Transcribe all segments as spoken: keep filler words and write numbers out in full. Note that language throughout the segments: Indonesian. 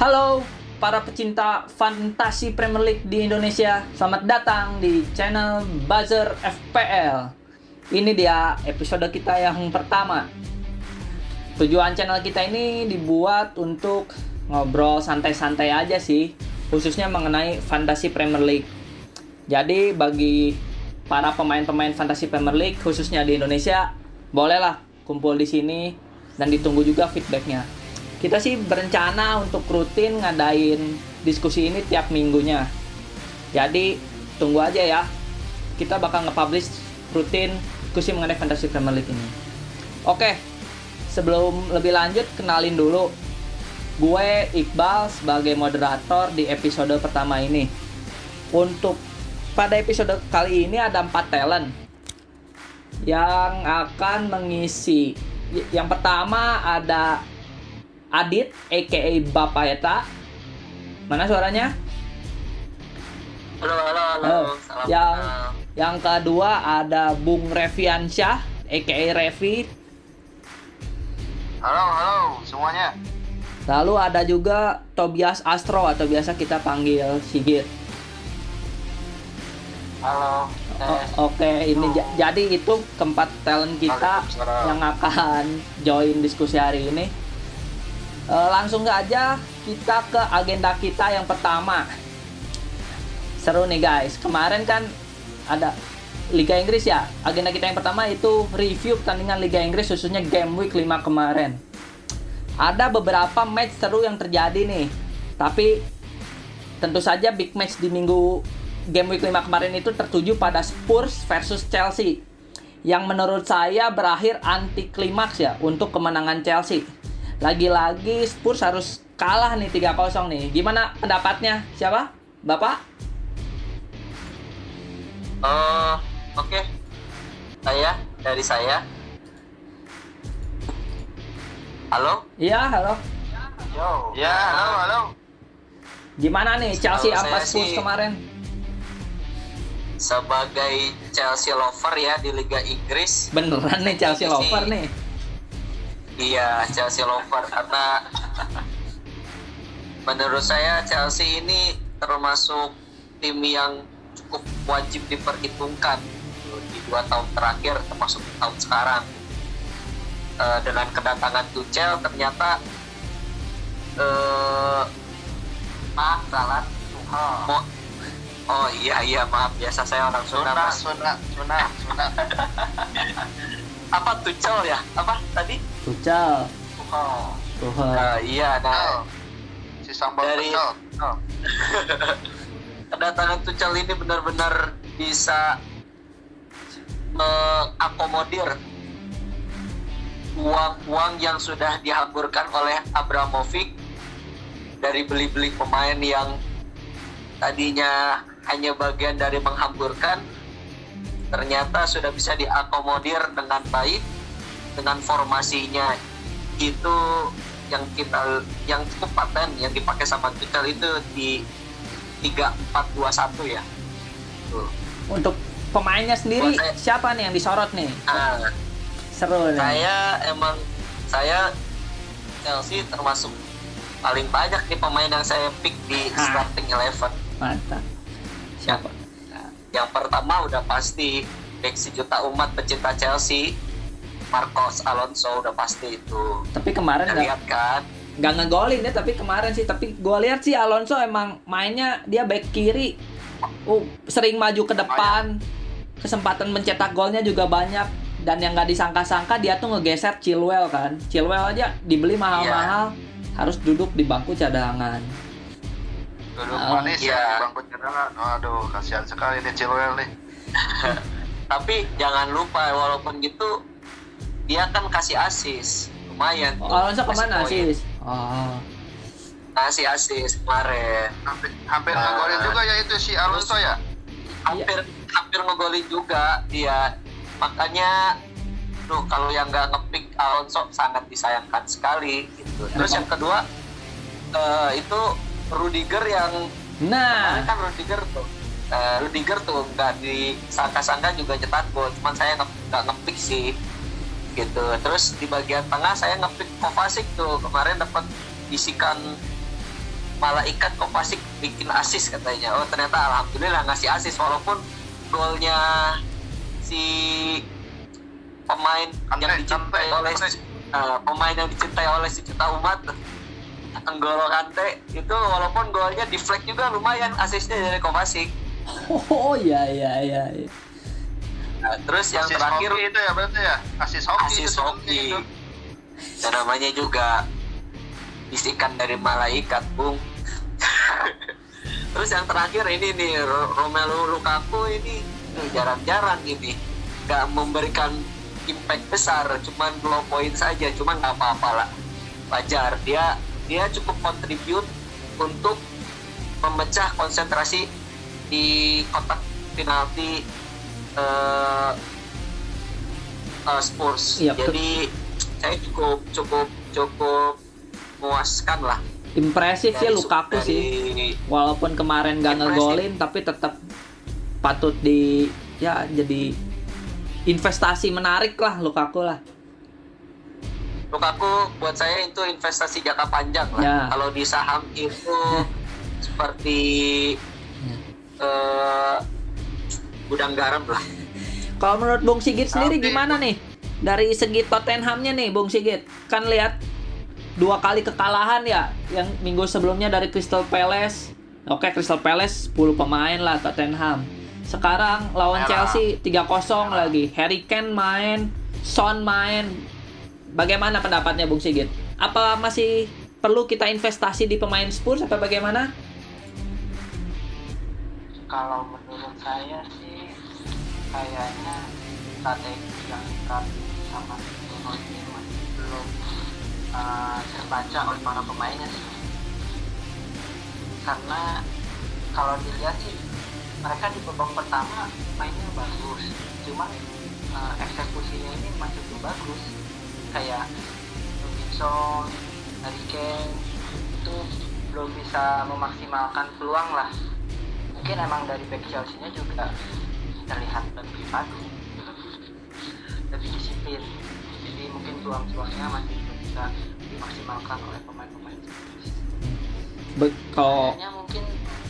Halo para pecinta fantasi Premier League di Indonesia, selamat datang di channel Buzzer F P L. Ini dia episode kita yang pertama. Tujuan channel kita ini dibuat untuk ngobrol santai-santai aja sih, khususnya mengenai fantasi Premier League. Jadi bagi para pemain-pemain fantasi Premier League khususnya di Indonesia, bolehlah kumpul di sini dan ditunggu juga feedbacknya. Kita sih berencana untuk rutin ngadain diskusi ini tiap minggunya. Jadi tunggu aja ya. Kita bakal nge-publish rutin diskusi mengenai Fantasy Premier League ini. Oke, sebelum lebih lanjut kenalin dulu. Gue Iqbal sebagai moderator di episode pertama ini. Untuk pada episode kali ini ada empat talent yang akan mengisi. Yang pertama ada Adit, a k a. Bapak Eta. Mana suaranya? Halo, halo, halo. Oh, Salam yang kenal. yang kedua ada Bung Reviansyah, a k a. Revi. Halo, halo semuanya. Lalu ada juga Tobias Astro atau biasa kita panggil Sigit. Halo. O- Oke, ini j- jadi itu keempat talent kita Waalaikumsalam. yang akan join diskusi hari ini. E, langsung aja kita ke agenda kita yang pertama. Seru nih guys. Kemarin kan ada Liga Inggris ya. Agenda kita yang pertama itu review pertandingan Liga Inggris khususnya game week lima kemarin. Ada beberapa match seru yang terjadi nih. Tapi tentu saja big match di minggu game week lima kemarin itu tertuju pada Spurs versus Chelsea, yang menurut saya berakhir anti klimaks ya untuk kemenangan Chelsea. Lagi-lagi Spurs harus kalah nih tiga kosong nih. Gimana pendapatnya? Siapa? Bapak? Oh, oke. Saya dari saya. Halo? Iya, halo. Yo. Ya, halo, halo. Gimana nih Chelsea Kalau apa saya Spurs sih- kemarin? Sebagai Chelsea lover ya di Liga Inggris. Beneran nih Chelsea Ini lover sih- nih. Iya, Chelsea lover karena menurut saya Chelsea ini termasuk tim yang cukup wajib diperhitungkan di dua tahun terakhir termasuk tahun sekarang. Eh, dengan kedatangan Tuchel ternyata eh maaf salah Mo- oh iya iya maaf biasa saya orang Sunda Mas. Sunda, Sunda, Sunda. Apa Tuchel ya apa tadi Tuchel. Oh, Tuchel. Eh, iya nah oh. Si sambal Dari- pecel. Oh. kedatangan Tuchel ini benar-benar bisa mengakomodir uang-uang yang sudah dihamburkan oleh Abramovich dari beli-beli pemain yang tadinya hanya bagian dari menghamburkan, ternyata sudah bisa diakomodir dengan baik dengan formasinya itu yang kita yang cukup paten yang dipakai sama Tuchel itu di tiga empat dua satu ya. Tuh. Untuk pemainnya sendiri Buat saya- siapa nih yang disorot nih? Nah, Seru nih. saya emang saya Chelsea termasuk paling banyak nih pemain yang saya pick di Hah. starting eleven. Mantap. Siapa? Yang pertama udah pasti back sejuta umat pecinta Chelsea, Marcos Alonso udah pasti itu. Tapi kemarin Udah nggak lihat kan? nggak ngegolin ya, tapi kemarin sih. Tapi gue lihat sih Alonso emang mainnya dia back kiri, uh, sering maju ke depan, kesempatan mencetak golnya juga banyak. Dan yang nggak disangka-sangka dia tuh ngegeser Chilwell kan. Chilwell aja dibeli mahal-mahal, harus duduk di bangku cadangan. Duduk Oh, manis iya. ya di bangku cadangan. Aduh, kasihan sekali nih Chilwell nih. Tapi jangan lupa walaupun gitu dia kan kasih assist lumayan. Oh, tuh, Alonso kasih kemana poin. sih? Oh, Kasih assist kemarin. Hampir, hampir Nah. ngegolin juga ya itu si Alonso ya. hampir hampir ngegolin juga dia, makanya tuh kalau yang nggak ngepick Alonso sangat disayangkan sekali gitu. Terus yang kedua eh, itu Rudiger yang nah, kemarin kan Rudiger tuh eh, Rudiger tuh nggak disangka-sangka juga nyetak gol, cuman saya nge- nggak ngepick sih gitu. Terus di bagian tengah saya ngepick Kovacic tuh, kemarin dapat bisikan malaikat Kovacic bikin assist katanya. Oh ternyata alhamdulillah ngasih assist walaupun golnya si pemain Kante, yang dicintai Kante, oleh Kante. uh, pemain yang dicintai oleh sejuta umat, N'Golo Kante itu walaupun golnya deflect juga lumayan assistnya dari Kovacic. Oh iya iya iya. iya. Nah, terus yang Asis terakhir hoki itu ya berarti ya, asis hoki asis itu hoki. itu. Dan namanya juga bisikan dari malaikat, Bung. Terus yang terakhir ini nih Romelu Lukaku ini eh, jarang-jarang ini nggak memberikan impact besar, cuman low point saja, cuman nggak apa-apa lah, wajar. Dia dia cukup kontribut untuk memecah konsentrasi di kotak penalti uh, uh, Spurs. Iya, Jadi saya cukup cukup cukup memuaskan lah. Impresif ya Dari- Lukaku dari- sih. Walaupun kemarin gak Impresif. ngegolin tapi tetap patut di ya jadi investasi menarik lah Lukaku lah. Lukaku buat saya itu investasi jangka panjang lah. Ya. Kalau di saham itu seperti eh, gudang garam lah. Kalau menurut Bung Sigit sendiri Tapi- gimana nih? Dari segi Tottenhamnya nih Bung Sigit. Kan lihat dua kali kekalahan ya, yang minggu sebelumnya dari Crystal Palace. Oke, Crystal Palace sepuluh pemain lah Tottenham. Sekarang lawan Merah. Chelsea tiga kosong lagi. Harry Kane main, Son main. Bagaimana pendapatnya Bung Sigit? Apa masih perlu kita investasi di pemain Spurs atau bagaimana? Kalau menurut saya sih kayaknya strategi yang diterapkan sama Tuchel ini masih belum uh, terbaca oleh para pemainnya sih. Karena kalau dilihat sih mereka di babak pertama mainnya bagus, cuman uh, eksekusinya ini masih belum bagus. Kayak Robinson, Harry Kane itu belum bisa memaksimalkan peluang lah. Mungkin emang dari back Chelsea-nya juga terlihat lebih padu, lebih, lebih disiplin. Jadi mungkin peluang-peluangnya masih belum bisa dimaksimalkan oleh pemain-pemain Spurs. Be- kalau Kayaknya mungkin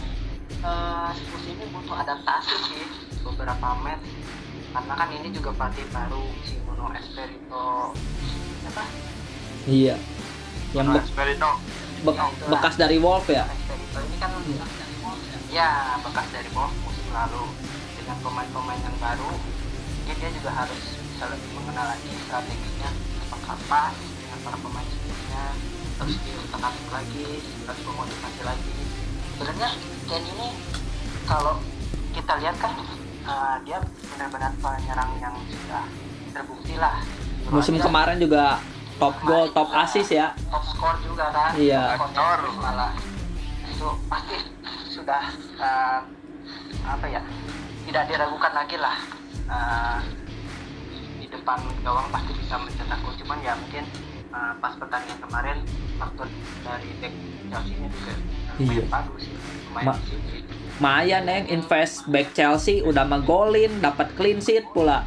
uh, Spurs ini butuh adaptasi sih beberapa match. Karena kan ini juga pelatih baru, si Nuno Espirito apa? iya, yang Nah, be- Espirito. be- bekas dari Wolf ya. Espirito ini kan bekas dari Wolves ya. Ya, bekas dari Wolves musim lalu. Dengan pemain-pemain yang baru, mungkin dia juga harus bisa lebih mengenal lagi strateginya seperti apa dengan para pemain sebelumnya, harus diutak-atik lagi, harus memotivasi lagi. Sebenarnya Kane ini kalau kita lihat kan uh, dia benar-benar penyerang yang sudah terbukti lah. Musim Dia kemarin juga top goal, top assist ya. top skor juga kan. Iya. Top Skor. score malah itu pasti sudah uh, apa ya, tidak diragukan lagi lah, uh, di depan gawang pasti bisa mencetak gol. Cuman ya mungkin uh, pas pertandingan kemarin faktor dari back Chelsea-nya juga Iya. lumayan bagus sih, lumayan Ma- disiplin. Mayan yang invest back Chelsea udah magolin, dapat clean sheet pula.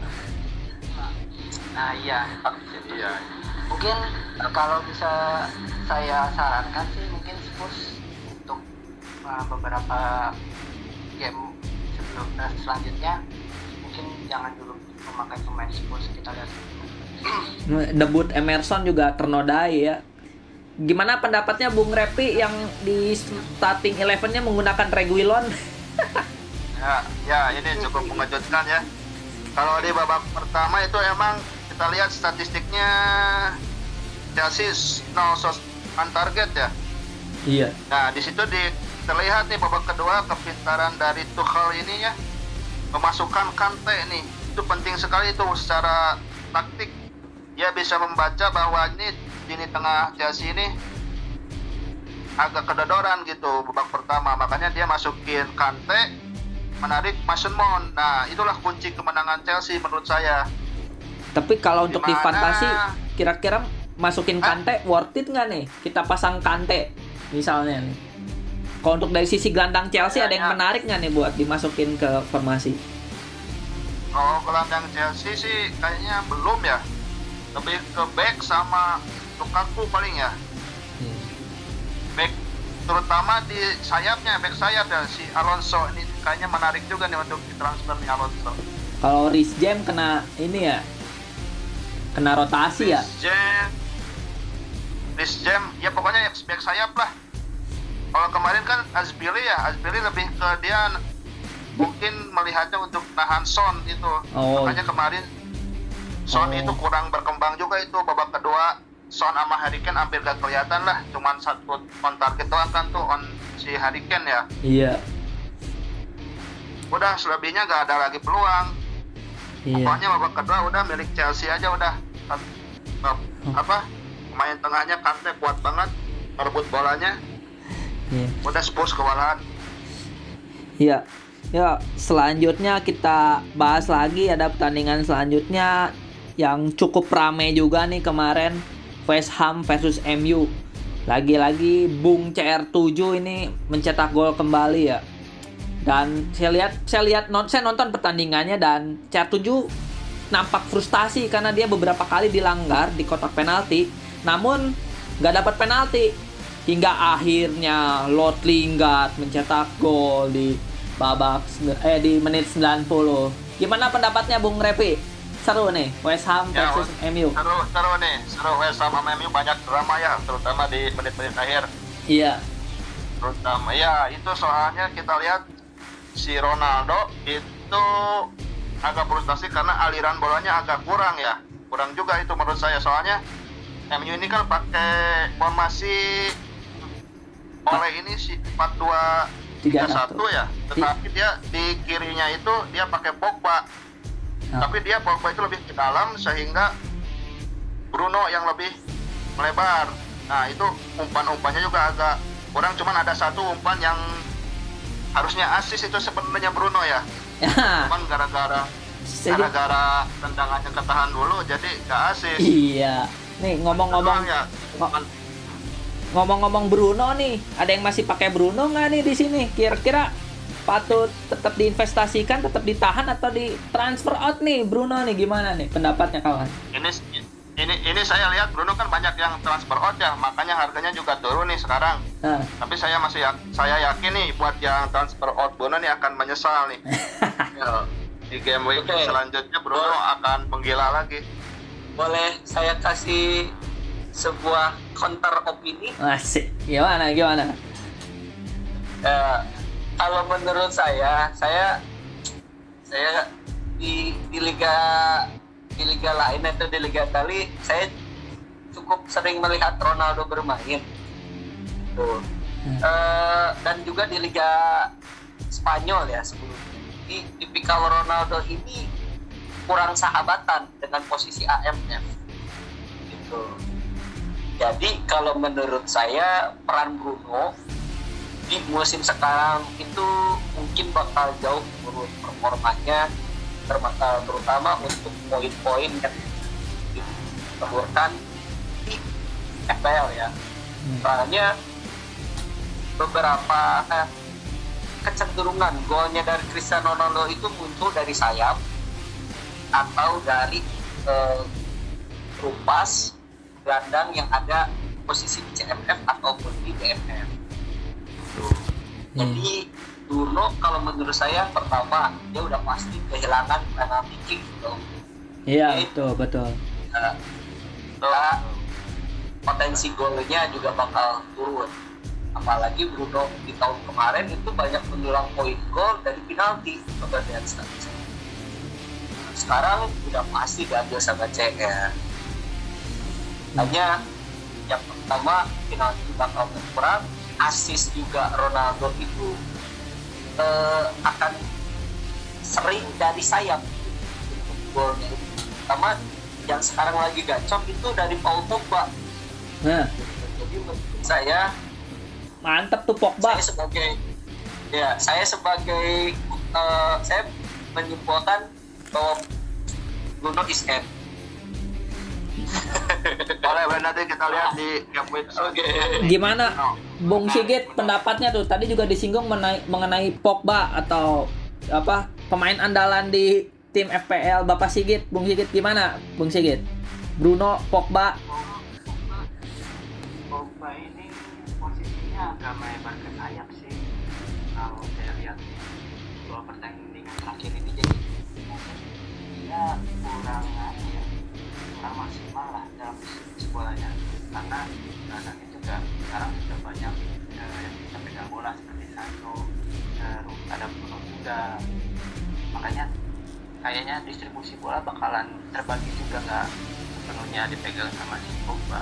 Nah iya, Iya. mungkin uh, kalau bisa saya sarankan sih mungkin Spurs untuk uh, beberapa game sebelum uh, selanjutnya mungkin jangan dulu memakai pemain Spurs, kita lihat Debut Emerson juga ternodai ya. Gimana pendapatnya Bung Repi yang di starting eleven-nya menggunakan Reguilon? Ya, ya ini cukup mengejutkan ya. Kalau di babak pertama itu emang kita lihat statistiknya Chelsea nol shots on target ya. Iya. Nah di situ di, terlihat nih babak kedua kepintaran dari Tuchel ini ya, memasukkan Kante nih, itu penting sekali itu secara taktik. Dia bisa membaca bahwa ini lini tengah Chelsea ini agak kedodoran gitu babak pertama, makanya dia masukin Kante, menarik Mason Mount. Nah itulah kunci kemenangan Chelsea menurut saya. Tapi kalau untuk di Dimana- fantasi kira-kira masukin Kante worth it nggak nih? Kita pasang Kante misalnya nih. Kalau untuk dari sisi gelandang Chelsea ada yang Kayaknya- menarik nggak nih buat dimasukin ke formasi? Kalau gelandang Chelsea sih kayaknya belum ya, lebih ke back sama Lukaku paling ya. Back terutama di sayapnya, back sayap ya, si Alonso ini kayaknya menarik juga nih untuk ditransfer nih Alonso. Kalau Rhys James kena ini ya, kena rotasi ya. Rhys James, Rhys James, ya pokoknya back sayap lah. Kalau kemarin kan Azpili ya, Azpili lebih ke dia mungkin melihatnya untuk nahan Son itu. Oh. Makanya kemarin Son Oh. itu kurang berkembang juga itu babak kedua. Son sama Harry Kane hampir gak kelihatan lah, cuman satu on target doang kan tuh on si Harry Kane ya. Iya. Udah selebihnya gak ada lagi peluang. Iya. Pokoknya babak kedua udah milik Chelsea aja udah. Apa? Pemain tengahnya Kante kuat banget, merebut bolanya. Iya. Udah Spurs kewalahan. Iya. Ya, selanjutnya kita bahas lagi, ada pertandingan selanjutnya yang cukup ramai juga nih kemarin, West Ham versus M U. Lagi-lagi Bung C R tujuh ini mencetak gol kembali ya. Dan saya lihat saya lihat non, saya nonton pertandingannya dan C R tujuh nampak frustasi karena dia beberapa kali dilanggar di kotak penalti, namun nggak dapat penalti. Hingga akhirnya Lord Lingard mencetak gol di babak eh di menit sembilan puluh. Gimana pendapatnya Bung Repi? Seru nih West Ham Ya, versus M U. Seru, seru nih, seru West Ham sama M U banyak drama ya, terutama di menit-menit akhir. Iya. Terutama ya itu soalnya kita lihat si Ronaldo itu agak frustasi karena aliran bolanya agak kurang ya, kurang juga itu menurut saya. Soalnya M U ini kan pakai formasi oleh ini si empat dua tiga satu ya, tetapi dia di kirinya itu dia pakai Pogba. Oh. Tapi dia Pogba itu lebih ke dalam sehingga Bruno yang lebih melebar. Nah itu umpan-umpannya juga agak kurang, cuman ada satu umpan yang harusnya assist itu sebenarnya Bruno ya. Cuman gara-gara gara-gara tendangannya ketahan dulu jadi gak assist. Iya. Nih ngomong-ngomong ya, ngomong-ngomong Bruno nih, ada yang masih pakai Bruno nggak nih di sini? Kira-kira patut tetap diinvestasikan, tetap ditahan atau di transfer out nih Bruno nih, gimana nih pendapatnya kawan? Ini ini ini saya lihat Bruno kan banyak yang transfer out ya, makanya harganya juga turun nih sekarang. Nah. Tapi saya masih ya, saya yakin nih buat yang transfer out Bruno nih akan menyesal nih. Ya, di game week Oke. selanjutnya Bruno akan menggila lagi. Boleh saya kasih sebuah counter opini? Asik. Gimana gimana? Eh, kalau menurut saya, saya saya di di liga di liga lain atau di liga Italia, saya cukup sering melihat Ronaldo bermain. Tuh. Hmm. Eh, dan juga di liga Spanyol ya sebelumnya. Di tipikal Ronaldo ini kurang sahabatan dengan posisi A M F. Gitu. Jadi kalau menurut saya peran Bruno di musim sekarang itu mungkin bakal jauh menurut performanya, terutama untuk poin-poin yang ditemukan di F P L ya. Soalnya beberapa eh, kecenderungan golnya dari Cristiano Ronaldo itu muncul dari sayap atau dari eh, rupas gelandang yang ada posisi di C M F ataupun di D M F. Jadi Bruno kalau menurut saya pertama dia udah pasti kehilangan penalti kick gitu. Iya, Jadi, betul betul. Uh, lah, potensi golnya juga bakal turun. Apalagi Bruno di tahun kemarin itu banyak mendulang poin gol dari penalti. Coba lihat statistik. Sekarang udah pasti diambil sama C R. Hanya yang pertama penalti bakal berkurang, assist juga Ronaldo itu uh, akan sering dari sayap untuk golnya. Pertama yang sekarang lagi gacor itu dari Paul Pogba. Nah, Jadi menurut saya mantep tuh Pogba. saya sebagai ya saya sebagai uh, saya menyimpulkan bahwa Bruno is end. Boleh, boleh nanti kita lihat di game week. Oke. Gimana Bung Sigit pendapatnya tuh? Tadi juga disinggung mengenai, mengenai Pogba atau apa pemain andalan di tim F P L Bapak Sigit. Bung Sigit gimana? Bung Sigit. Bruno, Pogba. Pogba ini posisinya agak mepet juga, makanya kayaknya distribusi bola bakalan terbagi juga, nggak sepenuhnya dipegang sama si Pogba.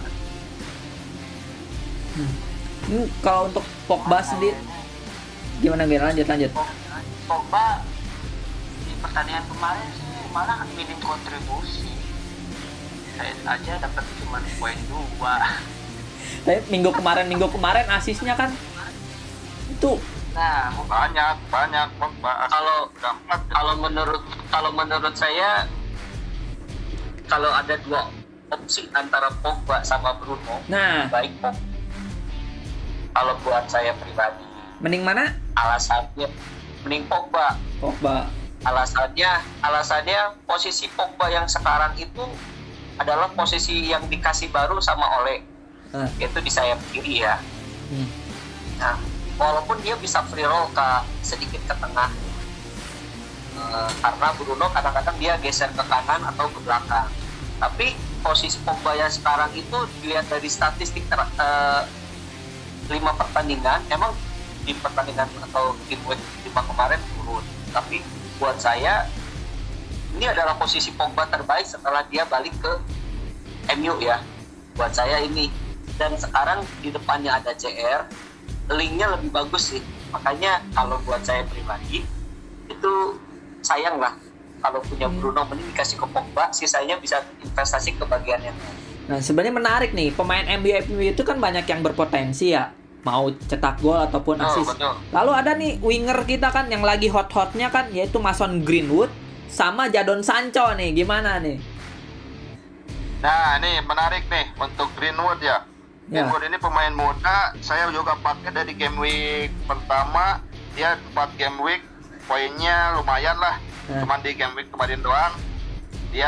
Hmm. Hmm, kalau untuk Pogba sendiri gimana gimana lanjut lanjut. Pogba di pertandingan kemarin sih malah minim kontribusi. Saya aja dapat cuma poin dua. Tapi minggu kemarin minggu kemarin asisnya kan itu Nah, banyak banyak Pogba. Kalau Gampang. kalau menurut kalau menurut saya kalau ada dua opsi antara Pogba sama Bruno, nah baik Pogba. Kalau buat saya pribadi, mending mana? alasannya mending Pogba. Pogba. Alasannya alasannya posisi Pogba yang sekarang itu adalah posisi yang dikasih baru sama Ole, Nah, yaitu di sayap kiri ya. hmm. Nah, walaupun dia bisa free roll ke sedikit ke tengah, eh, karena Bruno kadang-kadang dia geser ke kanan atau ke belakang. Tapi posisi Pogba yang sekarang itu dilihat dari statistik ter, eh, lima pertandingan, emang di pertandingan atau di week lima kemarin turun. Tapi buat saya ini adalah posisi Pogba terbaik setelah dia balik ke M U ya. Buat saya ini. Dan sekarang di depannya ada C R, linknya lebih bagus sih. Makanya kalau buat saya pribadi itu sayang lah kalau punya Bruno, mending dikasih ke Pogba, sisanya bisa investasi ke bagian yang lain. Nah, sebenarnya menarik nih, pemain M U M U itu kan banyak yang berpotensi ya, mau cetak gol ataupun Oh, assist. betul. Lalu ada nih winger kita kan yang lagi hot-hotnya kan, yaitu Mason Greenwood sama Jadon Sancho nih, gimana nih? Nah, ini menarik nih untuk Greenwood ya. Ya. Greenwood ini pemain muda, saya juga pakai dari game week pertama, dia empat game week, poinnya lumayan lah. Nah. Cuman di game week kemarin doang, dia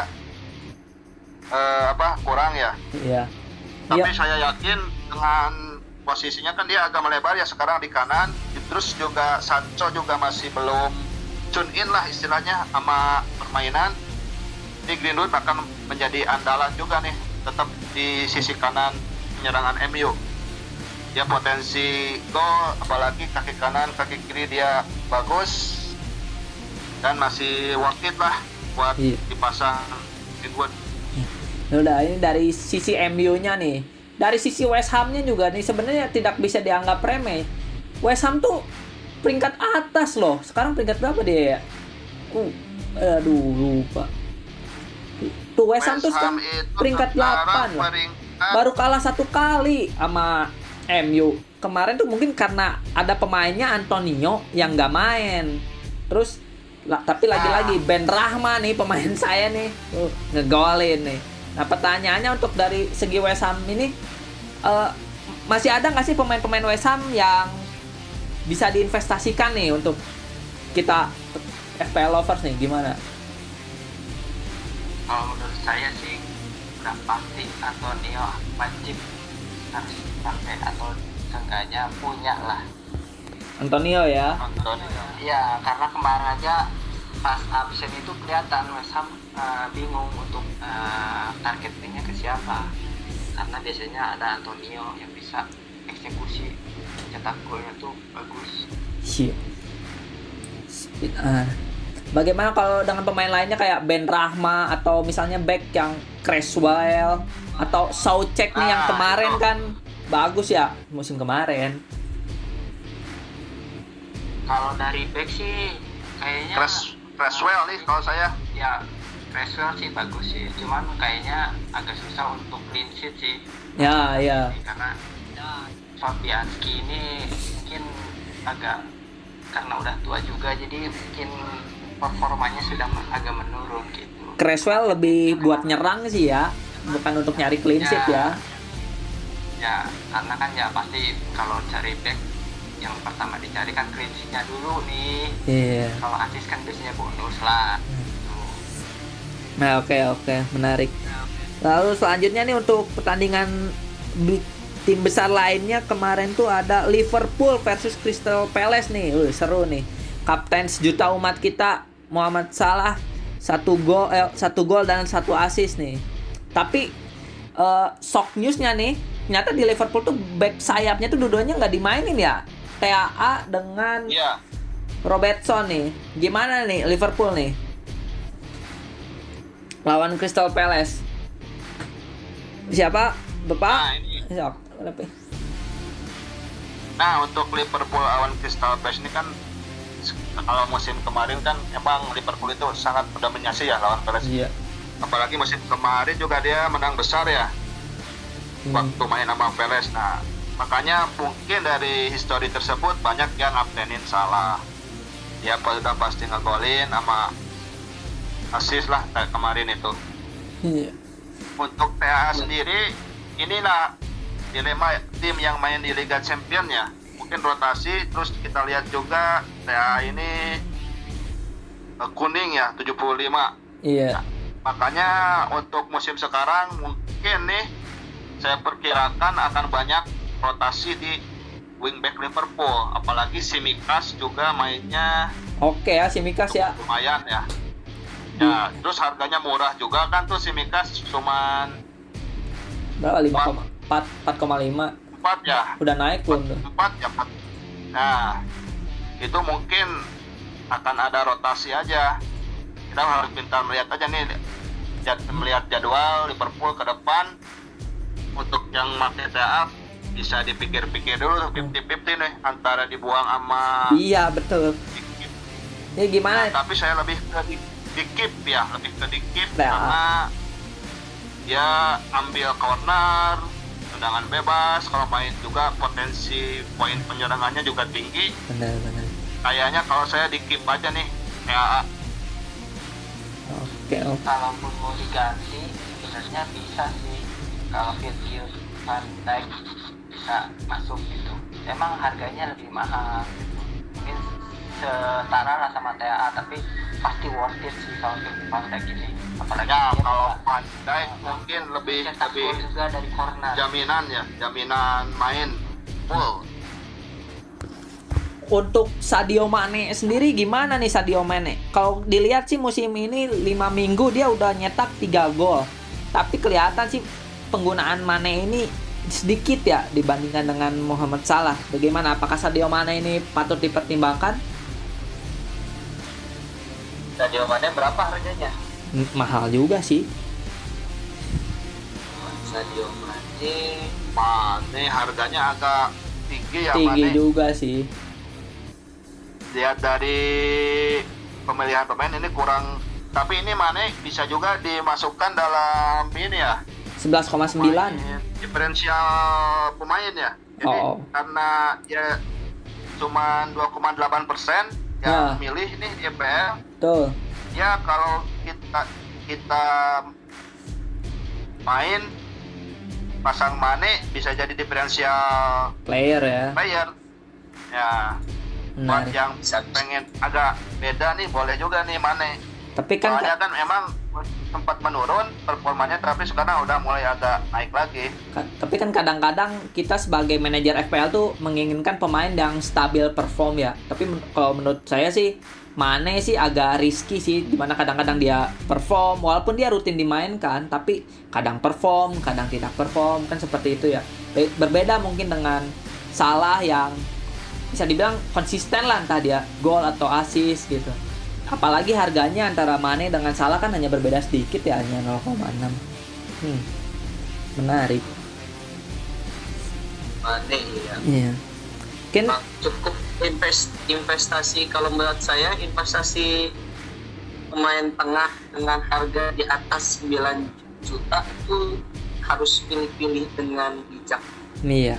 eh, apa kurang ya. Iya. Tapi Iya. saya yakin dengan posisinya kan dia agak melebar ya sekarang di kanan, terus juga Sancho juga masih belum tune in lah istilahnya sama permainan. Di Greenwood akan menjadi andalan juga nih, tetap di sisi kanan penyerangan M U. Dia potensi gol, apalagi kaki kanan, kaki kiri dia bagus dan masih worth it lah buat Iya. dipasang Greenwood. Udah, ini dari sisi M U-nya nih. Dari sisi West Ham-nya juga nih sebenarnya tidak bisa dianggap remeh. West Ham tuh peringkat atas loh. Sekarang peringkat berapa dia ya? Uh, aduh lupa. Tuh West Ham tuh sekarang itu peringkat delapan sekarang lah. peringkat Baru kalah satu kali sama M U. Kemarin tuh mungkin karena ada pemainnya Antonio yang nggak main. Terus la- tapi lagi-lagi Ben Rahma nih pemain saya nih tuh, ngegolin nih. Nah pertanyaannya untuk dari segi West Ham ini eh, masih ada nggak sih pemain-pemain West Ham yang bisa diinvestasikan nih untuk kita F P L lovers nih, gimana? kalau menurut saya sih udah pasti Antonio wajib harus pakai atau seenggaknya punya lah. Antonio ya. Antonio. Iya, karena kemarin aja pas absen itu kelihatan West Ham uh, bingung untuk uh, targetnya ke siapa, karena biasanya ada Antonio yang bisa eksekusi cetak golnya tuh bagus. Iya. Speed ah. Bagaimana kalau dengan pemain lainnya kayak Ben Rahma atau misalnya back yang Creswell atau Soucek nih yang Ah, kemarin itu. kan bagus ya musim kemarin. Kalau dari back sih kayaknya Cres Creswell nih kalau saya. ya Creswell sih bagus sih, cuman kayaknya agak susah untuk clean sheet sih. Ya, ya. Karena Fabianski ini mungkin agak karena udah tua juga, jadi mungkin performanya sudah agak menurun gitu. Creswell lebih buat nyerang sih ya, bukan untuk nyari clean sheet ya. Ya, karena kan ya pasti kalau cari back yang pertama dicari kan clean sheet-nya dulu nih. Iya. Kalau assist kan biasanya bonus lah. Nah, oke oke, menarik. Lalu selanjutnya nih untuk pertandingan bi- tim besar lainnya kemarin tuh ada Liverpool versus Crystal Palace nih. Wih, seru nih. Kapten sejuta umat kita Muhammad Salah satu gol eh, satu gol dan satu assist nih. Tapi eh, shock newsnya nih, ternyata di Liverpool tuh back sayapnya tuh dua-duanya nggak dimainin ya. T A A dengan Iya. Robertson nih, gimana nih Liverpool nih lawan Crystal Palace? Siapa Bapak? Nah, ini. Sok, kenapa? Nah, untuk Liverpool lawan Crystal Palace ini kan kalau musim kemarin kan emang Liverpool itu sangat mendominasi ya lawan Palace. Iya. Apalagi musim kemarin juga dia menang besar ya. Hmm. Waktu main sama Palace. Nah, makanya mungkin dari histori tersebut banyak yang ngabtenin Salah. Dia udah pasti ngegolin sama assist lah kayak kemarin itu. Iya. Untuk T A A sendiri, inilah dilema tim yang main di Liga Champions ya. Mungkin rotasi, terus kita lihat juga T A A ini uh, kuning ya, tujuh puluh lima. Iya. Nah, makanya untuk musim sekarang mungkin nih saya perkirakan akan banyak rotasi di wingback Liverpool. Apalagi Tsimikas juga mainnya Oke ya, Tsimikas ya. lumayan ya. Ya, terus harganya murah juga kan tuh Tsimikas cuman Berapa? lima koma empat, empat koma lima. empat ya. Udah naik belum tuh? empat ya empat. Nah, itu mungkin akan ada rotasi aja. Kita harus pintar melihat aja nih, jad, melihat jadwal Liverpool ke depan. Untuk yang pakai T A A bisa dipikir-pikir dulu lima puluh lima puluh nih antara dibuang sama Iya, betul. di-keep. Ini gimana? Nah, tapi saya lebih ke di, di-keep ya, lebih ke di-keep Ya. karena dia ambil corner, tendangan bebas, kalau main juga potensi poin penyerangannya juga tinggi. Benar, benar. Kayaknya kalau saya di-keep aja nih T A A. Oke, oke. Kalaupun mau diganti sebenarnya bisa sih kalau Virgil van Dijk bisa masuk gitu. Emang harganya lebih mahal gitu. Mungkin setara lah sama T A A, tapi pasti worth it sih kalau Virgil van Dijk ini. Apalagi Ya, dia kalau bisa, Van Dijk uh, mungkin lebih cetak lebih gol juga dari corner. jaminan ya, jaminan main full. Untuk Sadio Mane sendiri gimana nih Sadio Mane? Kalau dilihat sih musim ini lima minggu dia udah nyetak tiga gol. Tapi kelihatan sih penggunaan Mane ini sedikit ya dibandingkan dengan Mohamed Salah. Bagaimana? Apakah Sadio Mane ini patut dipertimbangkan? Sadio Mane berapa harganya? M- mahal juga sih. Sadio Mane Mane harganya agak tinggi ya Tinggi Mane. juga sih. Lihat dari pemilihan pemain ini kurang, tapi ini Mane bisa juga dimasukkan dalam ini ya, sebelas koma sembilan. pemain- diferensial pemain ya. Jadi Oh. karena dia cuma dua koma delapan persen yang Ya. milih nih di E P L. Tuh. Ya kalau kita kita main pasang Mane bisa jadi diferensial Player ya. player. Ya, buat Menarik. yang pengen agak beda nih boleh juga nih Mane. Tapi kan Soalnya kan emang sempat menurun performanya, tapi sekarang udah mulai agak naik lagi. Ka- tapi kan kadang-kadang kita sebagai manajer F P L tuh menginginkan pemain yang stabil perform ya. Tapi men- kalau menurut saya sih Mane sih agak risky sih, dimana kadang-kadang dia perform walaupun dia rutin dimainkan, tapi kadang perform, kadang tidak perform, kan seperti itu ya. Be- berbeda mungkin dengan Salah yang bisa dibilang konsisten lah, entah dia gol atau assist gitu. Apalagi harganya antara Mane dengan Salah kan hanya berbeda sedikit ya, hanya nol koma enam. Hmm. Menarik. Mane ya. Iya. Mungkin Nah, cukup invest investasi, kalau menurut saya investasi pemain tengah dengan harga di atas sembilan juta itu harus pilih-pilih dengan bijak. iya.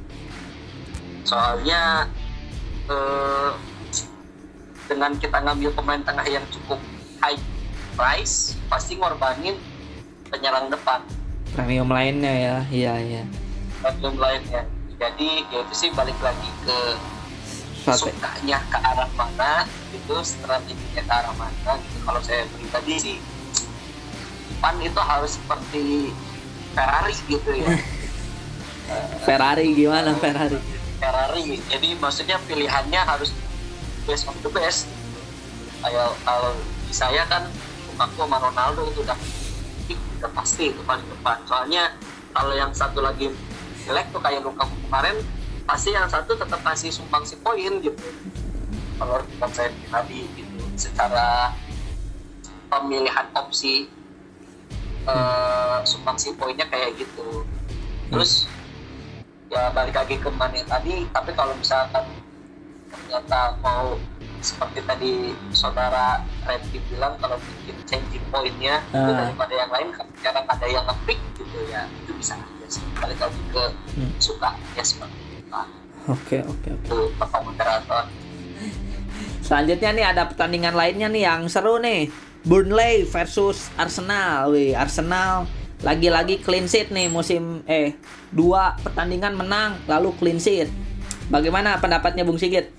Soalnya eh, dengan kita ngambil pemain tengah yang cukup high price, pasti ngorbanin penyerang depan Premium lainnya ya. Iya, iya. dan lainnya. Jadi ya itu sih balik lagi ke Strate- sukanya ke arah mana, itu strateginya ke arah mana gitu. Kalau saya pribadi sih pan itu harus seperti Ferrari gitu ya. Ferrari gimana Ferrari? Ferrari, jadi maksudnya pilihannya harus best of the best. Kayak kalau di saya kan Lukaku sama Ronaldo itu udah udah pasti itu paling depan. Soalnya kalau yang satu lagi jelek tuh kayak Lukaku kemarin, pasti yang satu tetap kasih sumbangsi poin gitu. kalau buat saya pribadi gitu. Secara pemilihan opsi uh, sumbangsi poinnya kayak gitu. Terus ya balik lagi ke Mane tadi, tapi kalau misalkan ternyata mau seperti tadi saudara Randy bilang, kalau bikin changing pointnya Ah. itu daripada yang lain, kadang ada yang nge-pick gitu ya, itu bisa aja sih. Balik lagi ke Hmm. suka ya seperti itu. Nah, Oke, oke, oke. itu Bapak Moderator. Selanjutnya nih ada pertandingan lainnya nih yang seru nih. Burnley versus Arsenal. Wih, Arsenal lagi-lagi clean sheet nih musim eh dua pertandingan menang lalu clean sheet. Bagaimana pendapatnya Bung Sigit?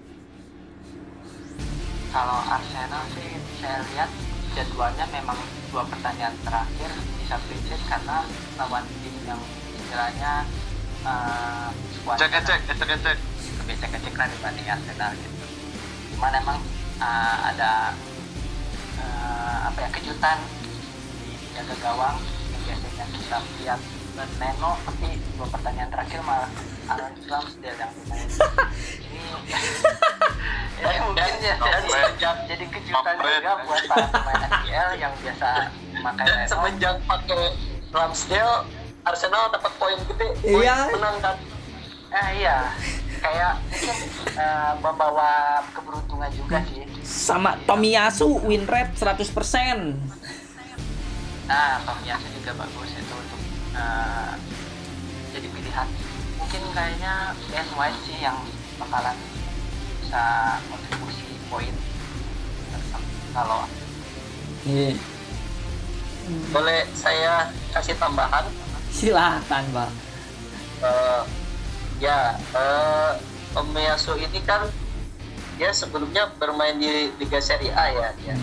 Kalau Arsenal sih saya lihat jadwalnya memang dua pertandingan terakhir bisa clean sheet karena lawan tim yang istilahnya uh, Cek cek cek cek cek. lebih cek-cek lah dibanding Arsenal gitu. Cuman emang uh, ada uh, apa ya kejutan di jaga gawang yang biasanya kita lihat Neno, tapi dua pertandingan terakhir malah Aaron Ramsdale yang bermain. Ini ini mungkin ya jadi, jadi kejutan juga buat para pemain N P L yang biasa memakai Dan Neno. semenjak pakai Ramsdale, Arsenal dapat poin gede, poin Iya. menang kan. Eh iya, kayak mungkin uh, membawa keberuntungan juga sih. Sama Tomiyasu win rate seratus persen. Nah, Tomiyasu juga bagus itu untuk uh, jadi pilihan. Mungkin kayaknya Ben White sih yang bakalan bisa kontribusi poin kalau Iya. Boleh saya kasih tambahan? Silahkan, Bang. Eh, ya, uh, Tomiyasu ini kan dia sebelumnya bermain di Liga Serie A ya, dia.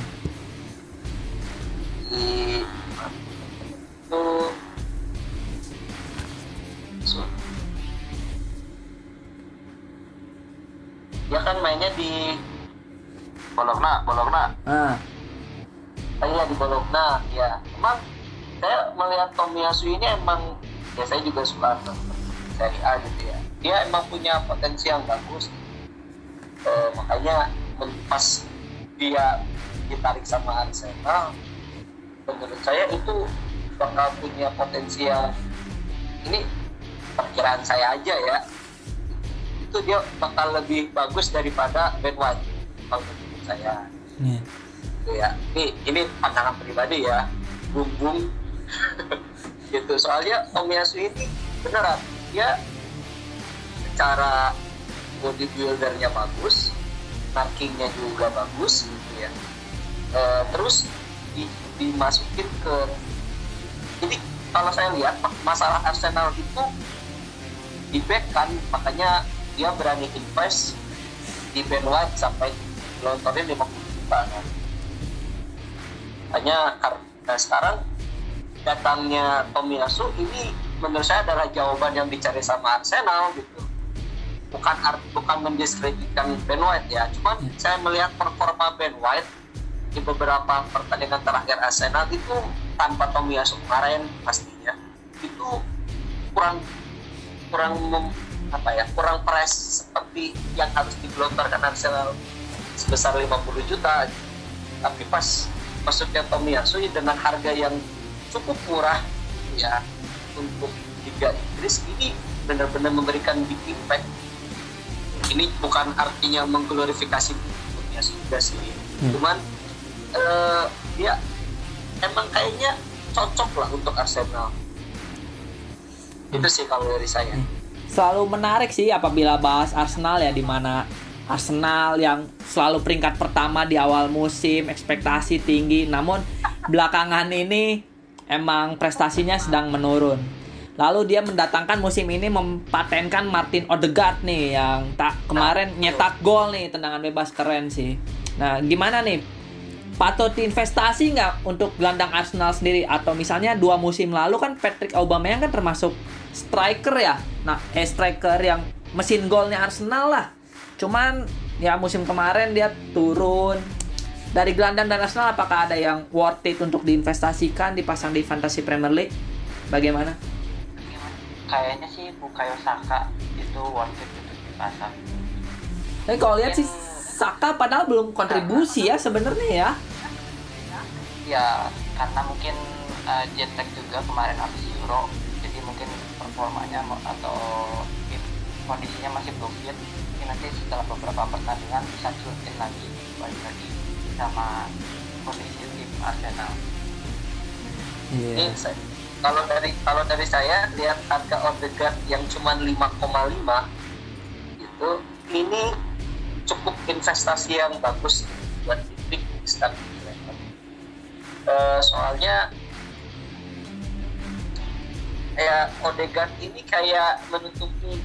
Di itu so, dia kan mainnya di Bologna, Bologna. Ah, oh iya di Bologna ya. Emang saya melihat Tomiyasu ini emang ya saya juga suka nonton Serie A gitu ya. Dia emang punya potensi yang bagus. Eh, makanya pas dia ditarik sama Arsenal, menurut saya itu bakal punya potensi yang ini perkiraan saya aja ya. Itu dia bakal lebih bagus daripada Ben White kalau menurut saya. iya. Gitu ya. Ini ini pandangan pribadi ya. Bung-bung gitu. Soalnya Tomiyasu ini beneran dia secara bodybuildernya bagus, markingnya juga bagus gitu ya. E, terus di, dimasukin ke ini kalau saya lihat masalah Arsenal itu di back kan, makanya dia berani invest di Ben White sampai lontorin lima puluh juta kan. Hanya karena sekarang datangnya Tomiyasu ini menurut saya adalah jawaban yang dicari sama Arsenal gitu. Bukan art, bukan mendiskreditkan Ben White ya, cuman Hmm. saya melihat performa Ben White di beberapa pertandingan terakhir Arsenal itu tanpa Tomiyasu kemarin pastinya itu kurang kurang mem, apa ya kurang press seperti yang harus digelontorkan Arsenal sebesar lima puluh juta. Tapi pas masuknya Tomiyasu dengan harga yang cukup murah ya untuk Liga Inggris, ini benar-benar memberikan big impact. Ini bukan artinya mengglorifikasi Tomiyasu juga sih, Hmm. cuman uh, dia emang kayaknya cocok lah untuk Arsenal. Itu sih kalau dari saya. Selalu menarik sih apabila bahas Arsenal ya, di mana Arsenal yang selalu peringkat pertama di awal musim, ekspektasi tinggi, namun belakangan ini emang prestasinya sedang menurun. Lalu dia mendatangkan musim ini mempatenkan Martin Odegaard nih yang tak kemarin nyetak gol nih, tendangan bebas keren sih. Nah, gimana nih? Patut diinvestasi nggak untuk gelandang Arsenal sendiri? Atau misalnya dua musim lalu kan Patrick Aubameyang kan termasuk striker ya. Nah, eh striker yang mesin golnya Arsenal lah. Cuman ya musim kemarin dia turun. Dari gelandang dan Arsenal apakah ada yang worth it untuk diinvestasikan, dipasang di Fantasy Premier League? Bagaimana? Kayaknya sih Bukayo Saka itu worth it untuk dipasang. Tapi kalau lihat sih Saka padahal belum kontribusi ya sebenarnya ya. Ya karena mungkin uh, jet lag juga kemarin habis Euro, jadi mungkin performanya mo- atau fit- kondisinya masih belum fit. Mungkin nanti setelah beberapa pertandingan bisa cutin lagi balik lagi sama kondisi tim Arsenal. Iya. Ini saya- kalau dari kalau dari saya lihat harga Odegaard yang cuma lima koma lima itu ini cukup investasi yang bagus buat Ipswich start. Uh, soalnya kayak Odegaard ini kayak menutupi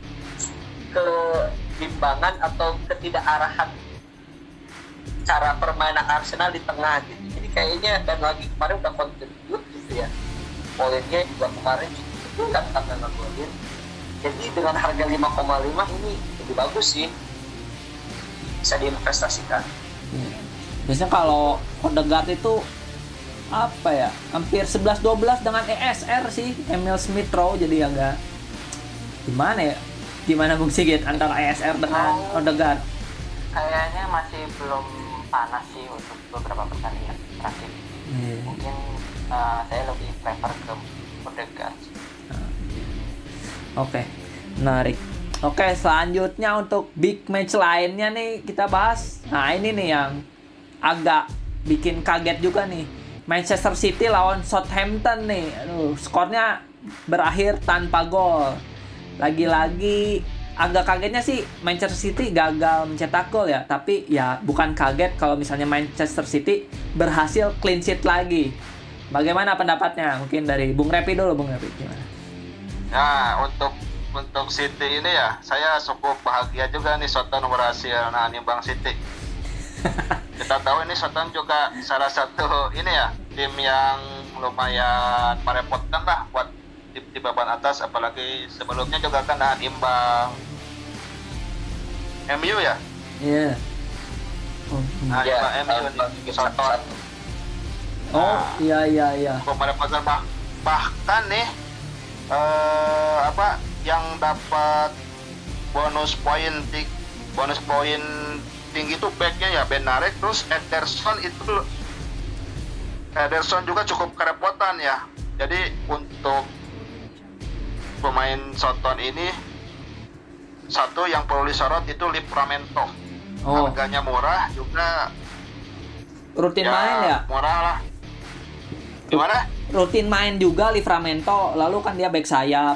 kebimbangan atau ketidakarahan cara permainan Arsenal di tengah gitu. Jadi kayaknya dan lagi kemarin udah kontribut gitu ya. Poinnya juga kemarin cukup kan karena ngegolin. Jadi dengan harga lima koma lima ini lebih bagus sih. Bisa diinvestasikan. Iya. Biasanya kalau Odegaard itu apa ya, hampir sebelas dua belas dengan E S R sih, Emil Smith Rowe, jadi agak gimana ya, gimana Bung Sigit antara E S R dengan Oh. Odegaard? Kayaknya masih belum panas sih untuk beberapa pertandingan terakhir. Iya. Mungkin uh, saya lebih prefer ke Odegaard. Oke, menarik. Oke, selanjutnya untuk big match lainnya nih kita bahas. Nah ini nih yang agak bikin kaget juga nih. Manchester City lawan Southampton nih. Aduh, skornya berakhir tanpa gol. Lagi-lagi agak kagetnya sih Manchester City gagal mencetak gol ya. Tapi ya bukan kaget kalau misalnya Manchester City berhasil clean sheet lagi. Bagaimana pendapatnya? Mungkin dari Bung Repi dulu, Bung Repi. Gimana? Nah, untuk untuk City ini ya, saya cukup bahagia juga nih Southampton berhasil nah nimbang City. Kita tahu ini Southampton juga salah satu ini ya, tim yang lumayan merepotkan lah buat tim di papan atas, apalagi sebelumnya juga kan nahan imbang M U ya. Iya. Oh, Nah, Ya, imbang M U di Southampton. oh iya iya iya. Cukup merepotkan bah- bahkan nih eh, apa yang dapat bonus poin ti- bonus poin tinggi itu backnya ya Benarek, terus Ederson itu Ederson juga cukup kerepotan ya. Jadi untuk pemain Southampton ini satu yang perlu disorot itu Livramento. Oh, Harganya murah juga, rutin main ya? murah lah. Gimana? Rutin main juga Livramento, lalu kan dia back sayap.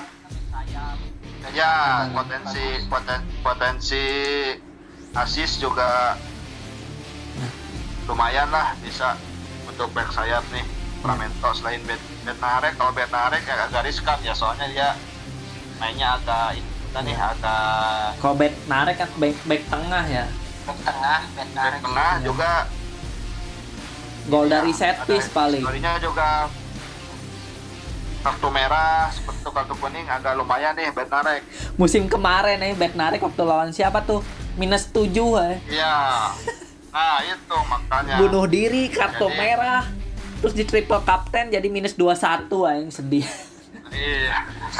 Ya, potensi poten, potensi assist juga lumayan lah, bisa untuk back sayap nih Livramento. Selain Bednarek, kalau Bednarek ya agak riskan ya, soalnya dia mainnya agak itu nih agak Kalau back narik kan back back tengah ya. Back tengah, back back narik. tengah Iya. juga. Gol Ya, dari set ada piece paling. historinya juga kartu merah seperti kartu kuning agak lumayan nih Bednarek. Musim kemarin nih back narik waktu lawan siapa tuh? minus tujuh ya. Iya. Nah, itu makanya. Bunuh diri, kartu Jadi- merah. Terus di triple captain jadi minus dua puluh satu yang sedih. Iya.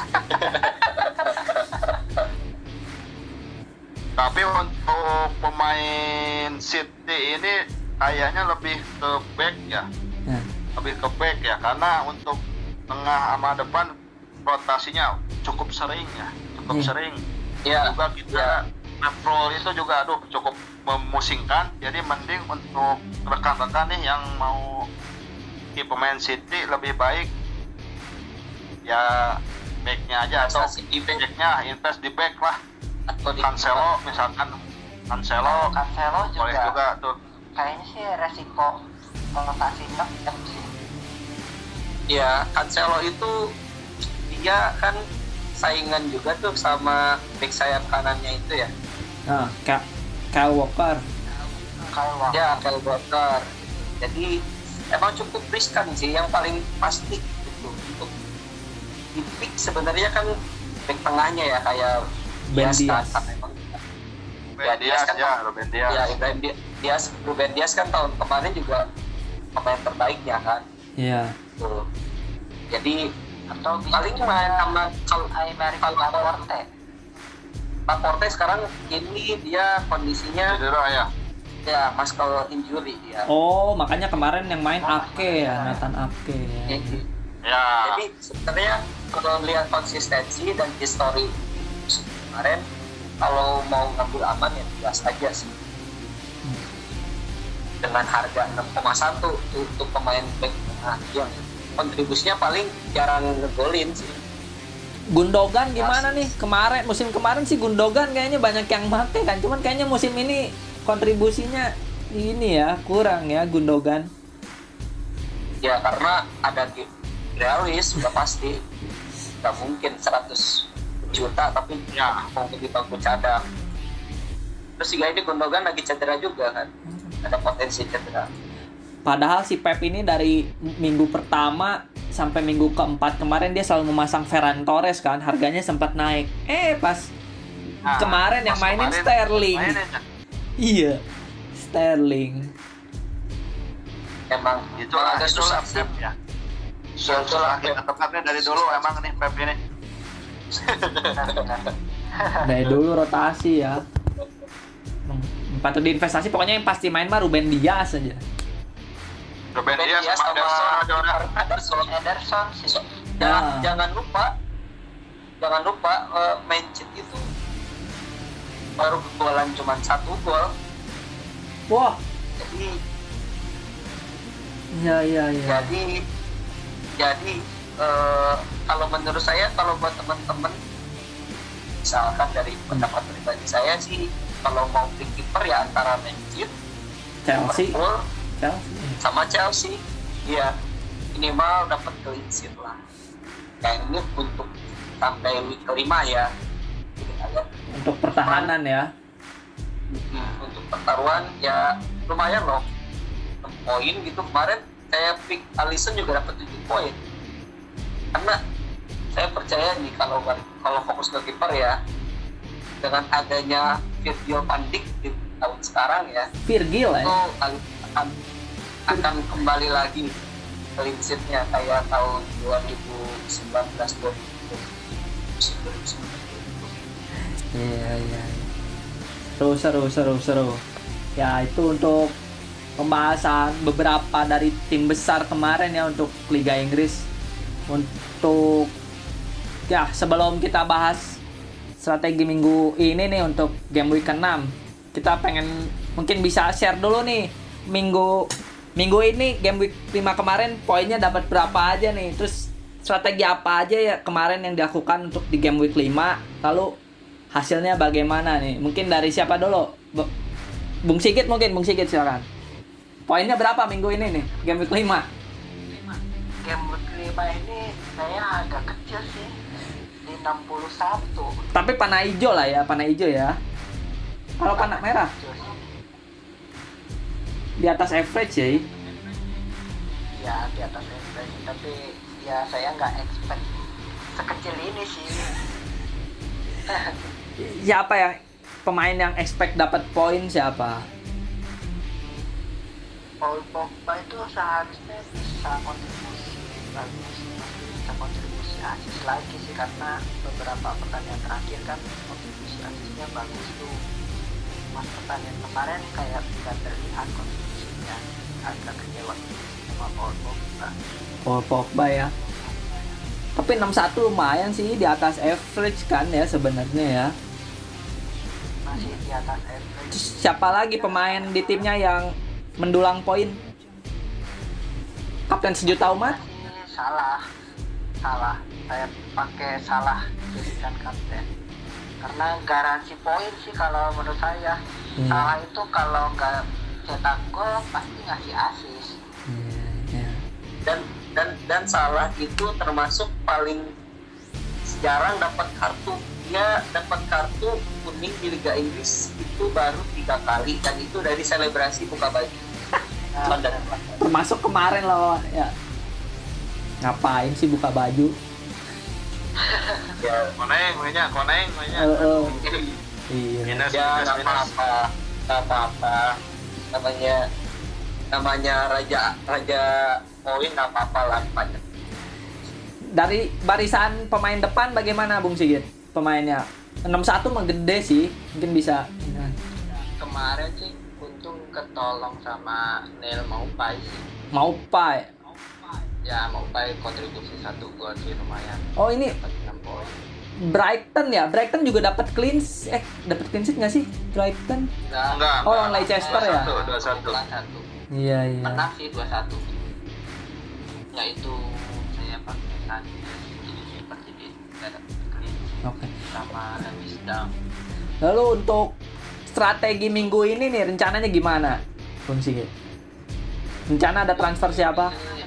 Tapi untuk pemain City ini kayaknya lebih ke back ya, Nah, lebih ke back ya, karena untuk tengah sama depan rotasinya cukup sering ya, cukup Iya. sering. Ya, Juga kita patrol itu juga aduh cukup memusingkan. Jadi mending untuk rekan-rekan nih yang mau di pemain City lebih baik ya backnya aja, atau investasi di back backnya invest di back lah. atau di Cancelo misalkan, Cancelo Cancelo boleh juga, juga tuh. kayaknya sih resiko rotasi tetap sih. Ya, Cancelo itu dia kan saingan juga tuh sama back sayap kanannya itu ya. nah Ka- Kyle Walker. Kalau waktu Ya, Kyle Walker. Jadi emang cukup riskan sih, yang paling pasti gitu untuk di pick sebenarnya kan back tengahnya ya, kayak Ben Diaz kan, Diaz. kan emang Ruben Dias kan ya, Ruben Dias. ya Ibrahim Di- Diaz, Ruben Diaz kan tahun kemarin juga pemain terbaiknya kan. Iya. Tuh. Jadi atau bisa paling main sama kalau Aymeric kalau Laporte. Laporte sekarang ini dia kondisinya Cedera ya. ya muscle injury dia. Oh, makanya kemarin yang main Ake ya, Nathan Ake ya. Jadi, Ya. jadi sebenarnya kalau lihat konsistensi dan history kemarin, kalau mau ngambil aman ya biasa aja sih. Dengan harga enam koma satu untuk pemain back nah, yang kontribusinya paling jarang ngegolin sih. Gundogan gimana nih? Kemarin musim kemarin sih Gundogan kayaknya banyak yang make kan, cuman kayaknya musim ini kontribusinya ini ya kurang ya Gundogan. Ya karena ada Grealish sudah pasti nggak mungkin seratus juta tapi ya mau di bangku cadang. Terus juga ini Gundogan lagi cedera juga kan, ada potensi cedera. Padahal si Pep ini dari minggu pertama sampai minggu keempat kemarin dia selalu memasang Ferran Torres kan, harganya sempat naik. Eh pas Nah, kemarin yang pas mainin kemarin Sterling. maininnya. Iya, Sterling. Emang Itu emang agak itulah susah sih. Pep ya. Itulah Susah Pep. ketepatnya dari dulu emang nih Pep ini. Dari dulu rotasi ya. Patut diinvestasi pokoknya yang pasti main mah Ruben Dias aja. Ruben Ben Dias Dias sama Ederson ada orang. Ederson. Ederson sih. Jangan, Ah. jangan lupa, jangan lupa uh, main cheat itu baru golan cuma satu gol. Wah, Jadi, iya iya iya. jadi, jadi uh, kalau menurut saya kalau buat teman-teman, misalkan dari pendapat pribadi saya sih, kalau mau pick keeper ya antara main cheat, Chelsea, Liverpool, Chelsea. sama Chelsea, iya minimal dapat clean sheet lah. Yang ini untuk sampai week kelima ya. Gitu aja. Untuk pertahanan ya. Hmm, untuk pertaruhan ya lumayan loh, enam poin gitu. Kemarin saya pick Alisson juga dapat tujuh poin. Karena saya percaya nih kalau kalau fokus ke kiper ya, dengan adanya Virgil van Dijk di tahun sekarang ya, Virgil itu ya. akan akan kembali lagi clean sheet-nya kayak tahun dua ribu sembilan belas dua ribu dua puluh. Iya iya. Seru seru seru seru. Ya itu untuk pembahasan beberapa dari tim besar kemarin ya untuk Liga Inggris. Untuk ya sebelum kita bahas strategi minggu ini nih untuk game week keenam, kita pengen mungkin bisa share dulu nih minggu minggu ini game week lima kemarin poinnya dapat berapa aja nih, terus strategi apa aja ya kemarin yang dilakukan untuk di game week lima, lalu hasilnya bagaimana nih? Mungkin dari siapa dulu? Bu- Bung Sigit mungkin, Bung Sigit silakan. Poinnya berapa minggu ini nih game week lima? Game week lima ini saya agak kecil sih, di enam puluh satu. Tapi panah hijau lah ya, panah hijau ya. Kalau panah merah Kecil sih. di atas average ya. Ya di atas average, tapi ya saya nggak expect sekecil ini sih. Siapa yang pemain yang expect dapat poin siapa? Paul Pogba itu seharusnya bisa kontribusi bagus, bisa kontribusi asis lagi sih, karena beberapa pertandingan terakhir kan kontribusi asisnya bagus tuh. Mas pertandingan kemarin kayak tidak terlihat kontribusinya, agak kecewa sama Paul Pogba. Paul Pogba ya. Tapi enam satu lumayan sih, di atas average kan ya sebenarnya ya. Masih di atas average. Terus siapa lagi pemain di timnya yang mendulang poin? Kapten sejuta umat? Masih salah, salah. Saya pakai salah jadikan kapten. Karena garansi poin sih kalau menurut saya. Hmm. Salah itu kalau nggak cetak gol pasti ngasih asis. Iya, iya. dan dan dan Salah itu termasuk paling jarang dapat kartu. Dia dapat kartu kuning di Liga Inggris itu baru tiga kali, dan itu dari selebrasi buka baju. Nah, London. Termasuk kemarin loh ya. Ngapain sih buka baju? Ya, Koneng, mainnya, koneng, mainnya. Eh, eh. Iya. Minus, ya minus, nggak minus. apa-apa, nggak apa-apa. Namanya namanya raja raja poin nggak apa-apa lah banyak. Dari barisan pemain depan bagaimana Bung Sigit? Pemainnya enam satu mah gede sih, mungkin bisa. Nah. Kemarin sih untung ketolong sama Neil Maupay sih. Maupay. Ya Maupay kontribusi satu gol sih lumayan. Oh ini Dapat enam poin. Brighton ya, Brighton juga dapat clean eh dapat clean sheet nggak sih Brighton? Enggak. Oh lawan Leicester ya. dua satu. satu. Iya iya. Menang sih dua satu. Yaitu saya pakai Sanchez jadi kiper jadi tidak dapat clean sheet. Oke. Sama Lewis Dunk. Lalu untuk strategi minggu ini nih rencananya gimana? Fungsi. Rencana ada transfer siapa?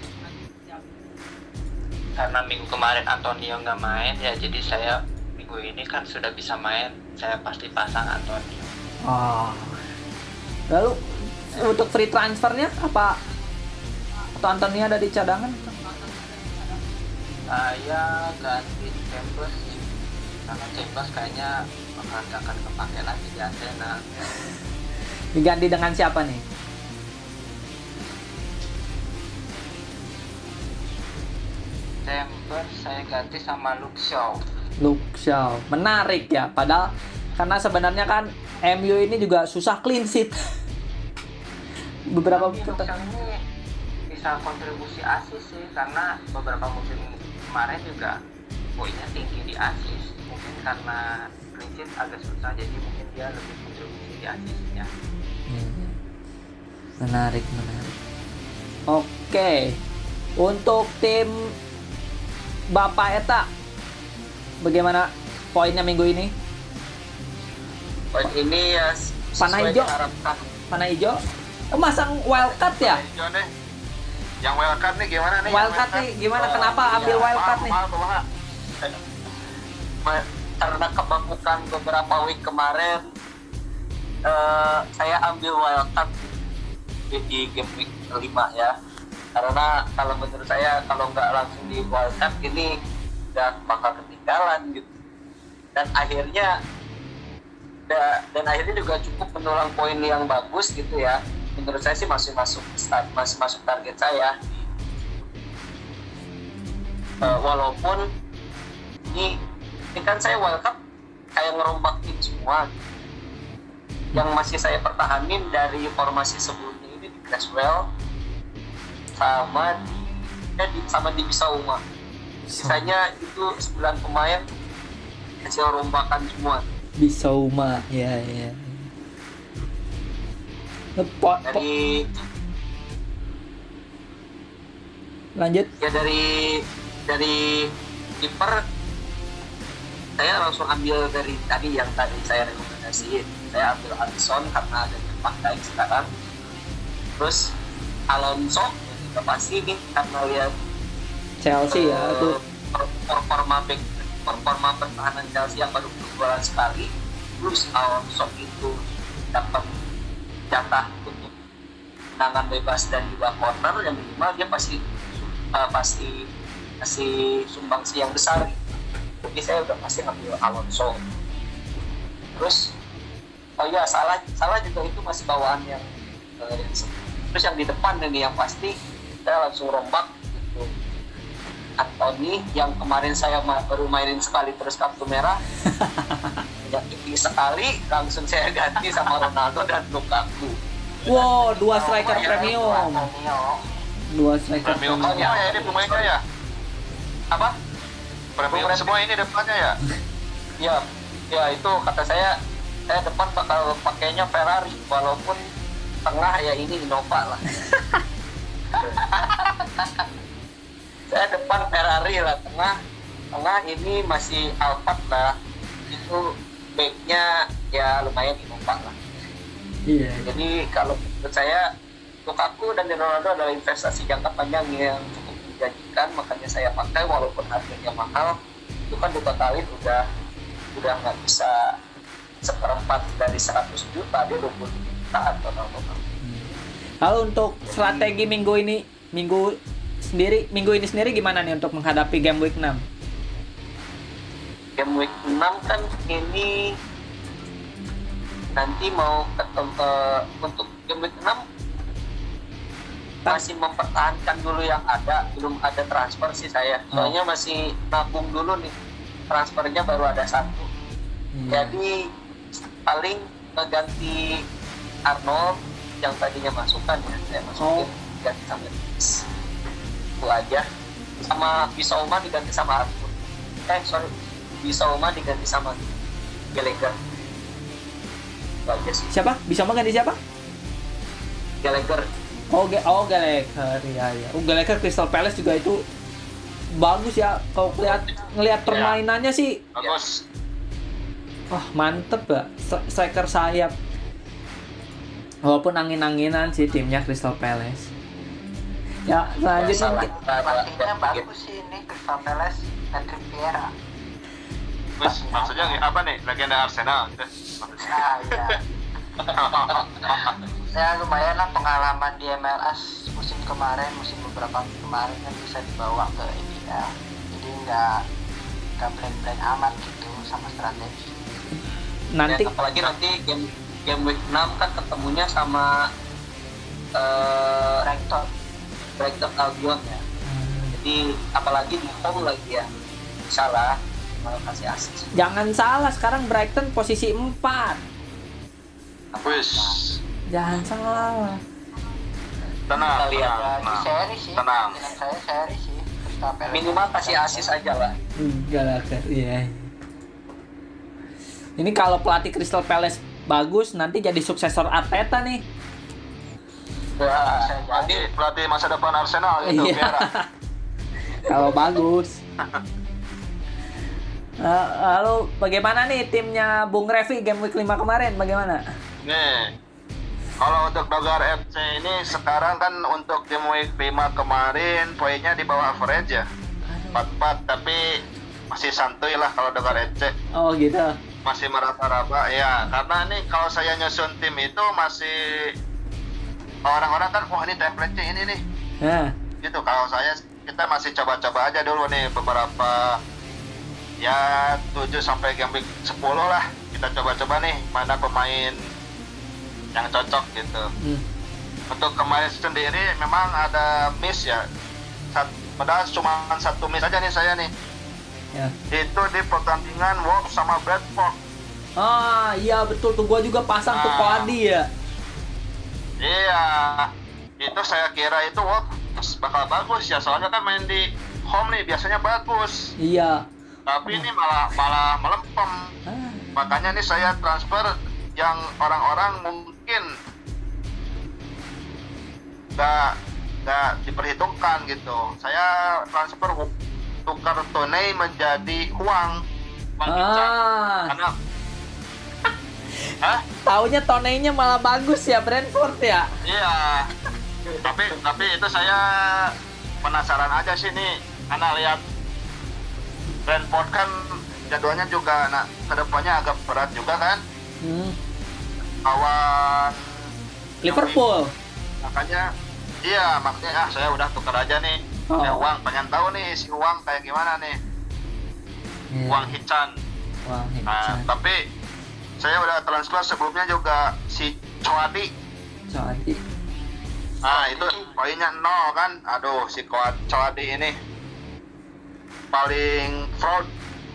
Karena minggu kemarin Antonio nggak main ya, jadi saya minggu ini kan sudah bisa main, saya pasti pasang Antonio. Oh. Lalu untuk free transfernya apa? Atau Antonio ada di cadangan? Saya ganti Chambers sih, karena Chambers kayaknya bakal nggak akan kepake lagi di Arsenal. Diganti dengan siapa nih? Chambers saya ganti sama Luke Shaw. Luke Shaw. Menarik ya, padahal karena sebenarnya kan M U ini juga susah clean sheet. Beberapa Tapi Luke Shaw ini bisa kontribusi asis sih, karena beberapa musim kemarin juga poinnya tinggi di asis. Mungkin karena clean sheet agak susah, jadi mungkin dia lebih kontribusi di asisnya. Hmm. Menarik, menarik. Oke. Untuk tim Bapak Eta, bagaimana poinnya minggu ini? Poin ini ya Panah sesuai hijau. diharapkan. Panah hijau? Oh, masang wildcard ya? Hijau nih. Yang wildcard nih gimana nih? Wildcard nih, gimana? Kenapa ambil wildcard nih? Mahal, mahal, Ma- Karena kebamukan beberapa week kemarin, eh, saya ambil wildcard di, di game week kelima ya. Karena kalau menurut saya kalau nggak langsung di wildcard ini udah bakal ketinggalan gitu. Dan akhirnya da, dan akhirnya juga cukup menulang poin yang bagus gitu ya. Menurut saya sih masih masuk start, masih masuk target saya. Uh, walaupun ini, ini kan saya wildcard kayak ngerombak tim semua. Yang masih saya pertahanin dari formasi sebelumnya ini di Creswell sama di eh, di sama di Bisauma. Sisanya itu sembilan pemain hasil rombakan semua. Bisauma, ya ya. Po- po- Dari lanjut. ya dari dari kiper saya langsung ambil dari tadi yang tadi saya rekomendasiin. Saya ambil Alisson karena ada dipakai sekarang. Terus Alonso udah pasti nih karena lihat Chelsea ya, eh, itu performa back performa pertahanan Chelsea yang baru bergolan sekali, terus Alonso itu dapat jatah untuk tendangan bebas dan juga corner, yang minimal dia pasti uh, pasti kasih sumbangsi yang besar. Jadi saya udah pasti ngambil Alonso. Terus oh ya salah salah juga itu masih bawaan yang uh, yang terus yang di depan ini yang pasti saya langsung rombak gitu. Anthony yang kemarin saya ma- baru mainin sekali terus kartu merah yang tinggi sekali, langsung saya ganti sama Ronaldo dan Lukaku. wow, dua striker premium. Antonio. Dua striker Premium premium. semua ya ini pemainnya ya. Apa? Premium semua ini depannya ya. Ya, ya itu kata saya, saya depan bakal pakainya Ferrari, walaupun tengah ya ini Innova lah. Saya depan Ferrari lah, tengah tengah ini masih Alphard lah. Itu backnya ya lumayan Innova lah. Iya. Jadi kalau menurut saya Lukaku dan Ronaldo adalah investasi jangka panjang yang cukup menjanjikan, makanya saya pakai walaupun harganya mahal. Itu kan ditotalin udah udah nggak bisa seperempat dari seratus juta, dia dua puluh juta atau Ronaldo. Lalu untuk strategi minggu ini, minggu sendiri, minggu ini sendiri gimana nih untuk menghadapi game week enam? Game week enam kan ini nanti mau ketemu uh, untuk game week enam masih mempertahankan dulu yang ada, belum ada transfer sih saya. Soalnya masih nabung dulu nih, transfernya baru ada satu. Iya. Jadi paling ngeganti Arnold yang tadinya masukan ya, saya masukin Oh. ganti sama Davis. Itu aja. Sama Bissouma diganti sama Arthur. Eh sorry, Bissouma diganti sama Gallagher. Itu aja sih. Siapa? Bisa ganti siapa? Gallagher. Oh, Ge- oh Gallagher. Iya, iya. Oh, Gallagher Crystal Palace juga itu bagus ya. Kalau lihat ngelihat permainannya sih, Bagus. wah mantep ya. Stri- Striker sayap. Walaupun angin-anginan sih timnya Crystal Palace. Ya, selanjutnya Masalah. mungkin- Pelatihnya bagus sih ini Crystal Palace, Patrick Vieira. Terus maksudnya apa nih? Legenda Arsenal gitu. Nah, iya. Ya lumayan lah pengalaman di M L S musim kemarin, musim beberapa kemarin kan bisa dibawa ke I P L. Jadi nggak nggak blank-blank amat gitu sama strategi. nanti Dan apalagi nanti game game week enam kan ketemunya sama eh Brighton. Brighton Albion ya. Jadi apalagi di home lagi ya. Salah malah kasih assist. jangan salah, sekarang Brighton posisi empat. Wis. Jangan salah. Tenang, Kita lihat. tenang, Ya, di tenang. seri sih. Tenang. Dengan saya seri sih. Crystal Palace. Minimal kasih assist aja lah. Gallagher, iya. Ini kalau pelatih Crystal Palace bagus, nanti jadi suksesor Arteta nih. Wah, Pelatih, pelatih masa depan Arsenal gitu, Iya. Vieira. Kalau bagus. Eh, lalu bagaimana nih timnya Bung Revi game week lima kemarin? Bagaimana? Nih, kalau untuk Dogar F C ini sekarang kan untuk game week lima kemarin poinnya di bawah average ya, empat empat, tapi masih santuy lah kalau Dogar F C, Oh gitu. masih meraba-raba ya. Karena nih kalau saya nyusun tim itu masih orang-orang kan, wah ini template-nya ini nih, Nah, gitu. Kalau saya kita masih coba-coba aja dulu nih beberapa ya tujuh sampai game week sepuluh lah, kita coba-coba nih mana pemain yang cocok gitu. hmm. Untuk kemarin sendiri memang ada miss ya. Sat, padahal cuma satu miss aja nih saya nih. Ya. Itu di pertandingan Wolves sama Bradford. Ah iya betul tuh, gua juga pasang tuh Ah. Koadi ya. Iya, itu saya kira itu Wolves bakal bagus ya, soalnya kan main di home nih biasanya bagus. Iya. Tapi ini malah malah melempem. Ah, Makanya nih saya transfer yang orang-orang mungkin nggak nggak diperhitungkan gitu. Saya transfer tukar Toney menjadi uang uang Kicap. ah. Karena Hah? Taunya Toney-nya malah bagus ya Brentford ya. Iya. Tapi tapi itu saya penasaran aja sih nih, karena lihat Brentford kan jadwalnya juga nah kedepannya agak berat juga kan, Hmm. lawan Liverpool. makanya iya makanya ah saya udah tukar aja nih. Oh. Ya uang pengen tahu nih si uang kayak gimana nih, Iya. uang Hichan. Wah, Nah, hebat. tapi saya udah transfer sebelumnya juga si Coadi. Jadi, Nah itu poinnya nol kan. Aduh si Coa- Coadi ini paling fraud.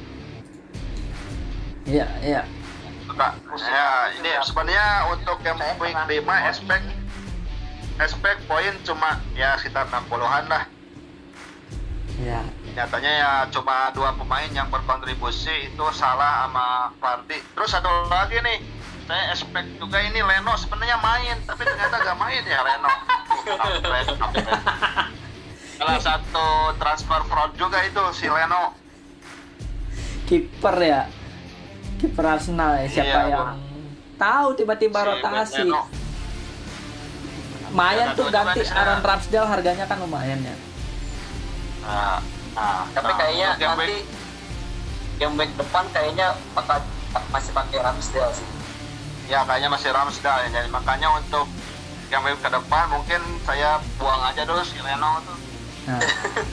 iya, iya. Enggak. Ya ini sebenarnya untuk yang week lima expect expect poin cuma ya sekitar enam puluhan lah. Iya. Nyatanya ya cuma dua pemain yang berkontribusi, itu Salah sama Vardy. Terus satu lagi nih, saya expect juga ini Leno sebenarnya main, tapi ternyata gak main ya Leno. Kampret, kampret. Salah satu transfer fraud juga itu si Leno. Kiper ya. Kiper Arsenal ya, siapa Iya, yang tahu tiba-tiba Si rotasi. Leno. Lumayan Ada tuh dua ganti juga di sana. Aaron Ramsdale, harganya kan lumayan ya. Nah, nah, Tapi nah, kayaknya untuk game nanti week- game week depan kayaknya bakal masih pakai Ramsdale sih. ya kayaknya masih Ramsdale ya. Jadi makanya untuk game week ke depan mungkin saya buang aja dulu si Leno tuh. Nah,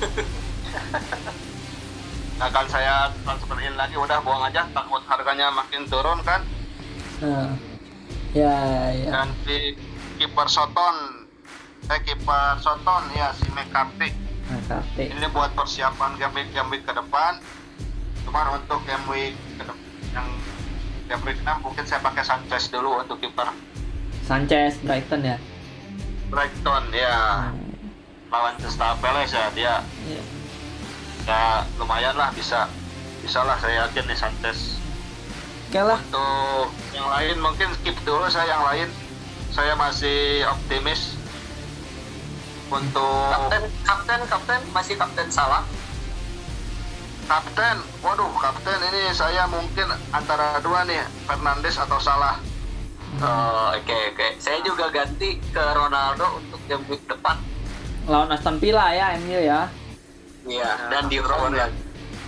Nah kan saya transferin lagi, udah buang aja, takut harganya makin turun kan. nah. Ya, ya. Dan si kiper Soton, eh kiper Soton ya si McCarthy. Nah, tapi Ini buat persiapan game week game week ke depan. Cuman untuk game week ke depan yang game week enam mungkin saya pakai Sanchez dulu untuk kiper. Sanchez Brighton ya. Brighton ya. Hmm. Lawan Crystal Palace ya dia. Iya. Ya lumayan lah bisa. Bisa lah saya yakin nih Sanchez. Oke lah. Untuk yang lain mungkin skip dulu saya yang lain. Saya masih optimis untuk Kapten, kapten, kapten masih kapten Salah. kapten. Waduh, kapten ini saya mungkin antara dua nih, Fernandes atau Salah. Oh, oke oke. Saya juga ganti ke Ronaldo untuk game week depan. Lawan Aston Villa ya, M U ya. Iya, dan di Rome lagi.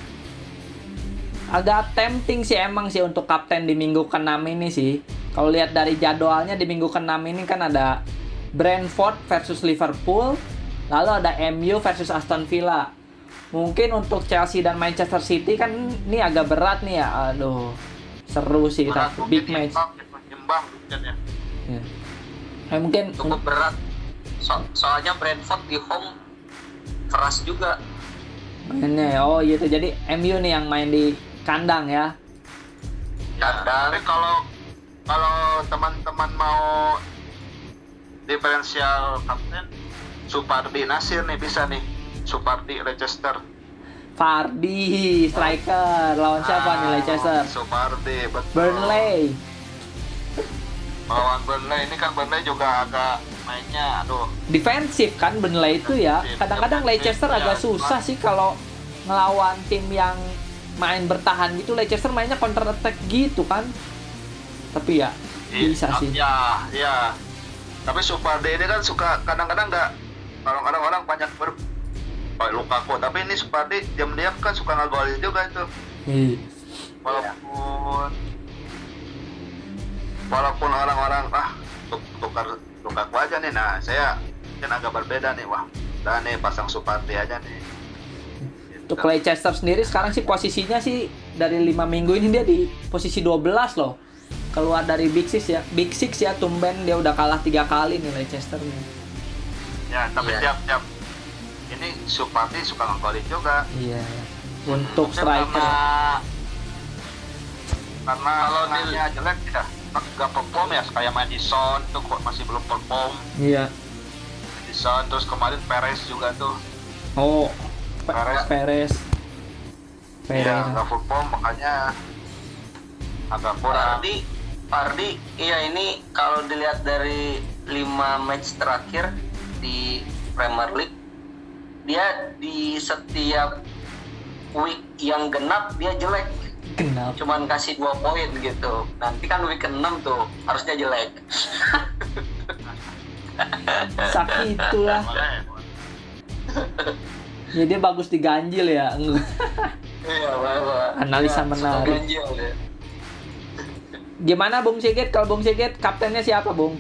Agak tempting sih emang sih untuk kapten di minggu keenam ini sih. Kalau lihat dari jadwalnya di minggu keenam ini kan ada Brentford versus Liverpool, lalu ada M U versus Aston Villa. Mungkin untuk Chelsea dan Manchester City kan ini agak berat nih ya. Aduh, seru sih Berat, tapi mungkin big match. imbang, imbang mungkin ya. Ya. Eh, mungkin Cukup berat. So- soalnya Brentford di home keras juga. mainnya ya. Oh gitu. Jadi M U nih yang main di kandang ya. Ya, Kadang. tapi kalau kalau teman-teman mau diferensial kapten, Supardi Nasir nih bisa nih. Supardi Leicester. Vardy striker lawan siapa nih Ah, Leicester? Supardi betul. Burnley. Lawan Burnley ini kan Burnley juga agak mainnya aduh. Defensif kan Burnley itu ya. Defensif, Kadang-kadang defensif, Leicester ya. agak susah sih kalau ngelawan tim yang main bertahan gitu. Leicester mainnya counter attack gitu kan. Tapi ya bisa Iya, sih. Ya, ya. Tapi Supardi ini kan suka kadang-kadang nggak, kadang-kadang orang banyak ber oh, Lukaku, tapi ini Supardi diam-diam kan suka ngegolin juga itu. Iya. Walaupun walaupun orang-orang ah tuk- tukar Lukaku aja nih. Nah, saya mungkin agak berbeda nih. Wah, udah nih pasang Supardi aja nih. Untuk Leicester sendiri sekarang sih posisinya sih dari lima minggu ini dia di posisi dua belas loh. Keluar dari Big Six ya. Big Six ya tumben dia udah kalah tiga kali nih Leicester nih. Ya, tapi Iya. tiap-tiap ini Supardi suka ngegolin juga. Iya. Untuk Mungkin striker. karena karena Kalau tengahnya jelek ya nggak perform ya, kayak Madison tuh kok masih belum perform. Iya. Madison terus kemarin Perez juga tuh. Oh, Pe- Perez. Perez. Iya Perez. nggak perform makanya agak kurang. Fardi, Fardi, iya ini kalau dilihat dari lima match terakhir di Premier League, dia di setiap week yang genap dia jelek, Kenapa? cuman kasih dua poin gitu. Nanti kan week keenam tuh harusnya jelek. Sakit itulah. Makanya, Ya dia bagus di ganjil ya. Iya, Bapak. Analisa Ya, menarik. suka ganjil ya. Gimana Bung Sigit? Kalau Bung Sigit kaptennya siapa Bung?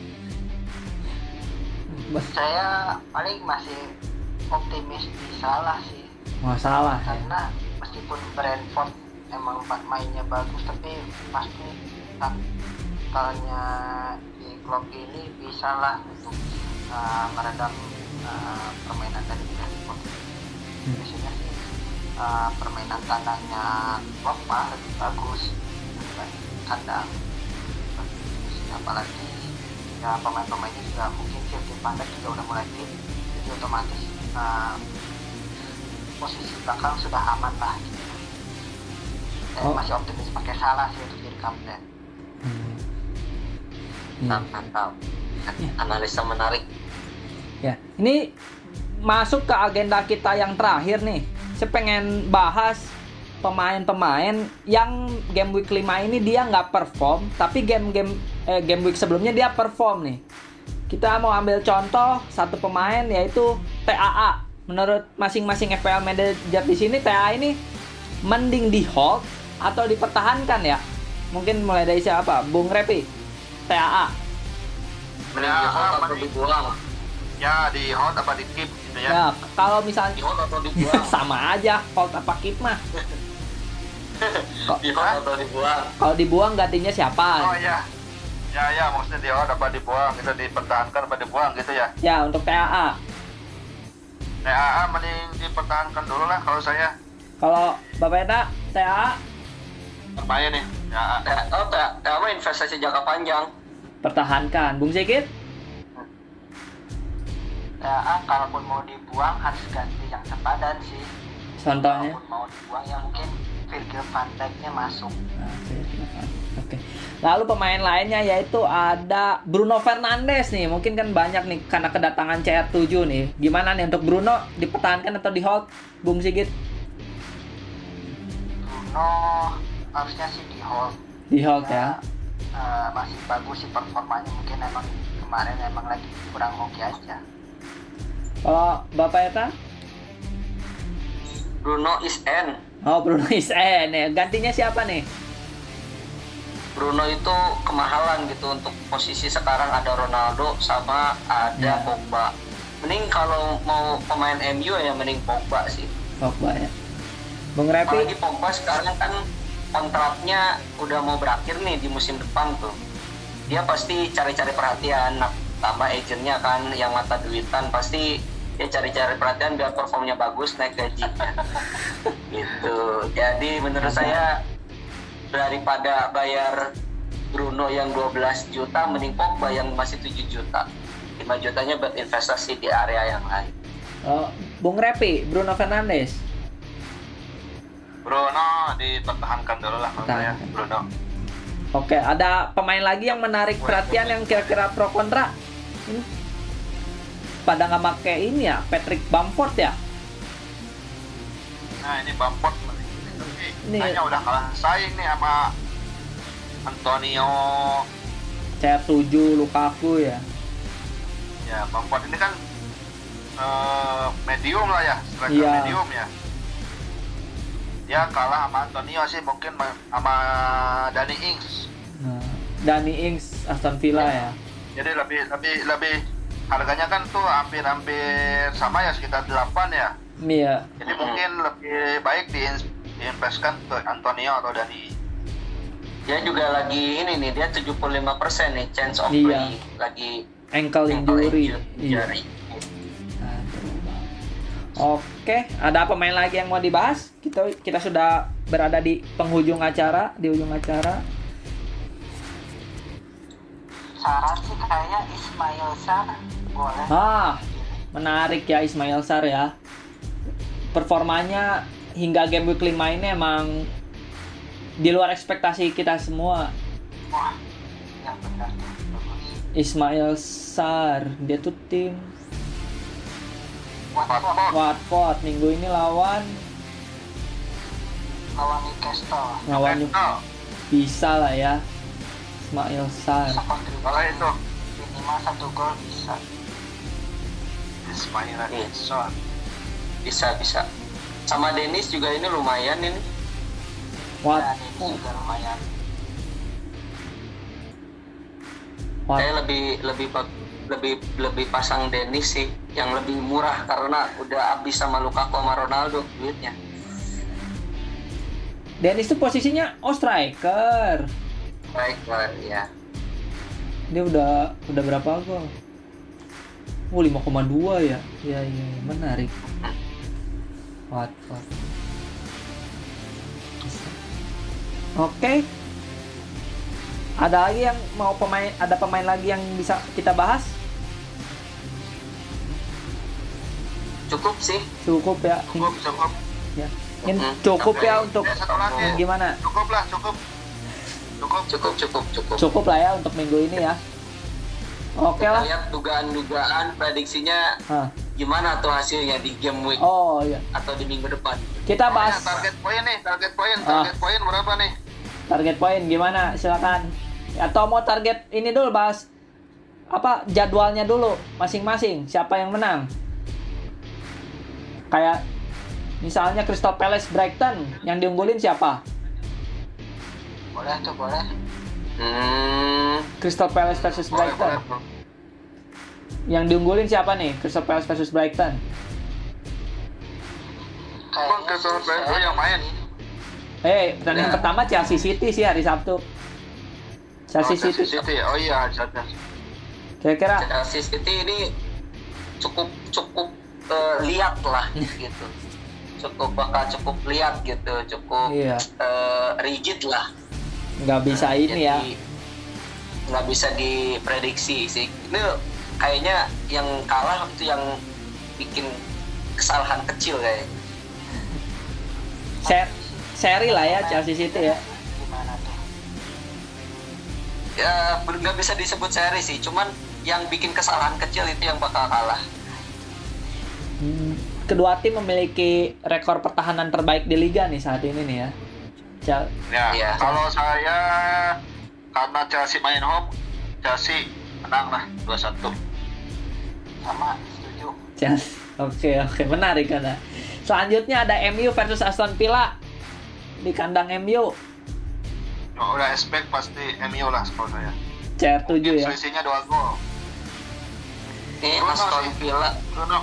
Saya paling masih optimis di Salah sih, Masalah ya. karena meskipun Brentford emang pa- mainnya bagus, tapi pasti taktalnya di klub ini bisa lah untuk uh, meredam uh, permainan dari Brentford. Hmm. Biasanya sih uh, permainan kandangnya klub mah lebih bagus dibanding kandang. Apalagi ya pemain-pemainnya juga mungkin Virgil van Dijk juga udah mulai fit, jadi otomatis uh, posisi belakang sudah aman lah gitu. Saya Oh. masih optimis pakai Salah sih untuk jadi kapten. Hmm. Iya. Mantap, mantap. Analisa menarik. Ya, ini masuk ke agenda kita yang terakhir nih. Saya pengen bahas pemain-pemain yang game week lima ini dia nggak perform, tapi game-game eh, game week sebelumnya dia perform nih. Kita mau ambil contoh satu pemain yaitu T A A. Menurut masing-masing F P L manager di sini T A A ini mending di hold atau dipertahankan ya? Mungkin mulai dari siapa? Bung Repi. T A A. Mending Ya, di hold atau mending- dibuang? ya di hold apa di keep gitu ya. Ya, kalau Di misalnya hold atau dibuang? sama aja hold apa keep mah. Di hold atau dibuang? Kalau dibuang gantinya siapa? Oh ya, ya ya maksudnya di hold apa dibuang, gitu dipertahankan apa dibuang gitu ya. Ya, untuk T A A. T A A mending dipertahankan dulu lah kalau saya. Kalau Bapak Eta, T A A Apanya nih? Ya, Nah, oh, tak, apa investasi jangka panjang. Pertahankan. Bung Sigit? Ya, ah, kalaupun mau dibuang harus ganti yang sepadan sih. Contohnya? Kalaupun mau dibuang ya mungkin Virgil van Dijk-nya masuk. Nah, Oke. Lalu pemain lainnya yaitu ada Bruno Fernandes nih. Mungkin kan banyak nih karena kedatangan C R tujuh nih. Gimana nih untuk Bruno, dipertahankan atau di hold, Bung Sigit? Bruno harusnya sih di hold. Di hold ya. eh, masih bagus sih performanya, mungkin emang kemarin emang lagi kurang oke aja. Kalau Bapak Eta? Bruno is N. Oh, Bruno is N ya. Gantinya siapa nih? Bruno itu kemahalan gitu untuk posisi sekarang ada Ronaldo sama ada Ya. Pogba. Mending kalau mau pemain M U ya mending Pogba sih. Pogba ya. Bung Repi? Apalagi Pogba sekarang kan kontraknya udah mau berakhir nih di musim depan tuh. Dia pasti cari-cari perhatian, nah, tambah agentnya kan yang mata duitan, pasti dia cari-cari perhatian biar performnya bagus, naik gajinya. Gitu. Jadi menurut saya daripada bayar Bruno yang dua belas juta, mending Pogba yang masih tujuh juta. lima jutanya buat investasi di area yang lain. Oh, Bung Repi, Bruno Fernandes. Bruno dipertahankan dulu lah menurut saya, Pertahankan. Bruno. Oke, ada pemain lagi yang menarik perhatian yang kira-kira pro kontra. Ini pada nggak pakai ini ya, Patrick Bamford ya. Nah ini Bamford Ini- kayaknya udah kalah saing nih sama Antonio. C R tujuh, Lukaku ya. Ya Bamford ini kan eh, medium lah ya, striker Iya. medium ya. Dia kalah sama Antonio sih, mungkin ma- sama Danny Ings. Nah, Danny Ings, Aston Villa ya. Jadi lebih lebih lebih harganya kan tuh hampir-hampir sama ya, sekitar delapan ya. Iya. Jadi mungkin lebih baik di diinvestkan ke Antonio atau Danny. Dia juga lagi ini nih, dia tujuh puluh lima persen nih chance of Iya. play, lagi Ankle ankle injury. injury. Iya. Jari. Oke, ada pemain lagi yang mau dibahas? Kita kita sudah berada di penghujung acara, di ujung acara. Saran sih kayaknya Ismail Sarr boleh. Ah, menarik ya Ismail Sarr ya. Performanya hingga game week lima ini emang di luar ekspektasi kita semua. Wah, yang benar tuh bagus. Ismail Sarr, dia tuh tim Watford Watford minggu ini lawan lawan Newcastle lawan Oh, bisa lah ya. Ismail Sarr. bisa kontribusi kalau itu minimal satu gol bisa. Ismail Iya. Son. Bisa bisa. Sama Dennis juga ini lumayan ini. Wat, Dan ini juga lumayan. Wat, Saya lebih lebih bag- lebih lebih pasang Dennis sih, yang lebih murah karena udah habis sama Lukaku sama Ronaldo duitnya. Dennis tuh posisinya oh striker. Baik, baik ya. Dia udah udah berapa gol? Oh lima koma dua ya. Iya iya iya, menarik. Watford. Oke. Ada lagi yang mau pemain ada pemain lagi yang bisa kita bahas? Cukup sih. Cukup ya. Cukup, cukup. Ya. Ini Mm-mm. cukup Oke. ya untuk Eh, satu lagi. gimana? Cukup lah, cukup. Cukup, Cukup, cukup, cukup. Cukup lah ya untuk minggu ini ya. Oke Kita lah. lihat dugaan-dugaan prediksinya Hah. gimana tuh hasilnya di game week Oh iya. atau di minggu depan. Kita Nah, bahas target poin nih, target poin, Ah. target poin berapa nih? target poin gimana? Silakan. Atau mau target ini dulu bahas apa jadwalnya dulu masing-masing, siapa yang menang? Kayak misalnya Crystal Palace Brighton yang diunggulin siapa? Boleh tuh, boleh. Hmm, Crystal Palace versus Boleh, Brighton. boleh, bro. Yang diunggulin siapa nih? Crystal Palace versus Brighton. Bang, Crystal sih Palace saya- yang main. Eh, pertandingan Ya. pertama Chelsea City sih hari Sabtu. Chelsea Oh, City. City. Oh iya, ada. Kira-kira Chelsea City ini cukup cukup eh, lihat lah gitu. Cukup bakal cukup lihat gitu, cukup iya. eh, rigid lah. nggak bisa ini ya. Jadi nggak bisa diprediksi sih. Ini kayaknya yang kalah itu yang bikin kesalahan kecil kayak. Ser- seri lah ya Chelsea City ya. Gimana tuh? Ya nggak bisa disebut seri sih, cuman yang bikin kesalahan kecil itu yang bakal kalah. Hmm, kedua tim memiliki rekor pertahanan terbaik di liga nih saat ini nih ya. Chel- Ya, Iya. kalau saya karena Chelsea main home, Chelsea menang lah dua satu. Sama, setuju. Chelsea. Oke oke menarik kan. Selanjutnya ada M U versus Aston Villa di kandang M U. Ya, udah expect pasti M U lah skor saya. C R tujuh ya. Selisihnya dua gol. Ini Bruno Aston sih. Villa, Bruno.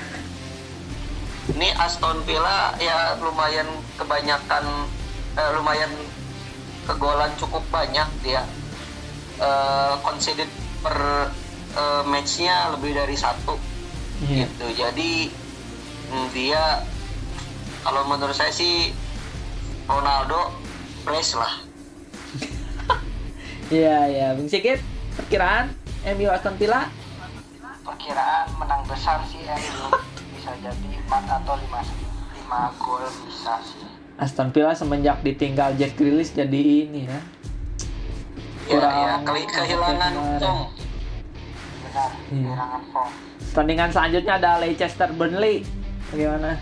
ini Aston Villa ya lumayan kebanyakan, eh, lumayan kegolan cukup banyak dia. Eh, conceded per eh, matchnya lebih dari satu. Iya. Gitu. Jadi mm, dia kalau menurut saya sih Ronaldo brace lah. Iya iya. Bung Sigit, perkiraan M U Aston Villa? Perkiraan menang besar sih M U. Bisa jadi empat atau lima lima gol bisa sih. Aston Villa semenjak ditinggal Jack Grealish jadi ini ya. Ya, Kurang- ya ke- kehilangan kemarin. form. Benar, Iya. kehilangan form. Pertandingan selanjutnya ada Leicester Burnley. Bagaimana?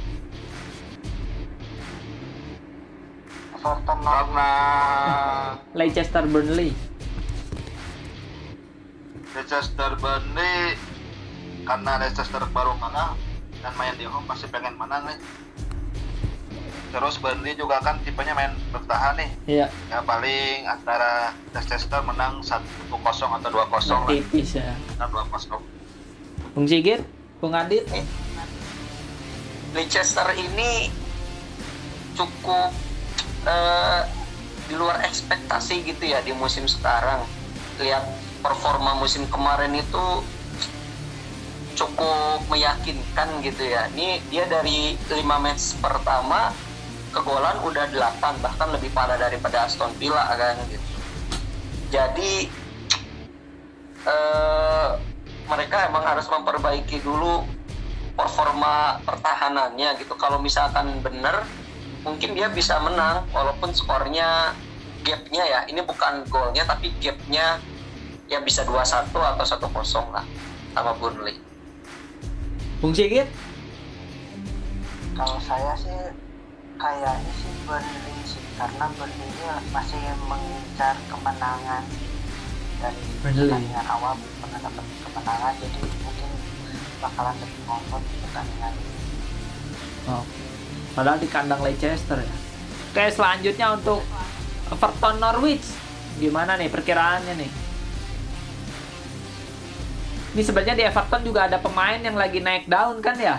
Everton Karena Leicester Burnley. Leicester Burnley, karena Leicester baru menang dan main di home pasti pengen menang nih. Terus Burnley juga kan tipenya main bertahan nih. Iya. Ya paling antara Leicester menang satu kosong atau dua kosong lah. Tipis ya. Nah, dua kosong. Bung Sigit, Bung Adit. Leicester ini cukup eh, di luar ekspektasi gitu ya di musim sekarang. Lihat performa musim kemarin itu cukup meyakinkan gitu ya. Ini dia dari lima match pertama kegolan udah delapan, bahkan lebih parah daripada Aston Villa kan gitu. Jadi eh, mereka emang harus memperbaiki dulu performa pertahanannya gitu. Kalau misalkan bener, mungkin dia bisa menang walaupun skornya gapnya ya, ini bukan golnya tapi gapnya ya bisa dua satu atau satu kosong lah sama Burnley. Bung Sigit. Kalau saya sih kayaknya sih Burnley sih, karena Burnley masih mengincar kemenangan dari Burnley. pertandingan awal pernah dapat kemenangan, jadi mungkin bakalan lebih ngotot di pertandingan ini. Oh. Padahal di kandang Leicester ya. Oke, selanjutnya untuk Everton Norwich. Gimana nih perkiraannya nih? Ini sebenarnya di Everton juga ada pemain yang lagi naik daun kan ya?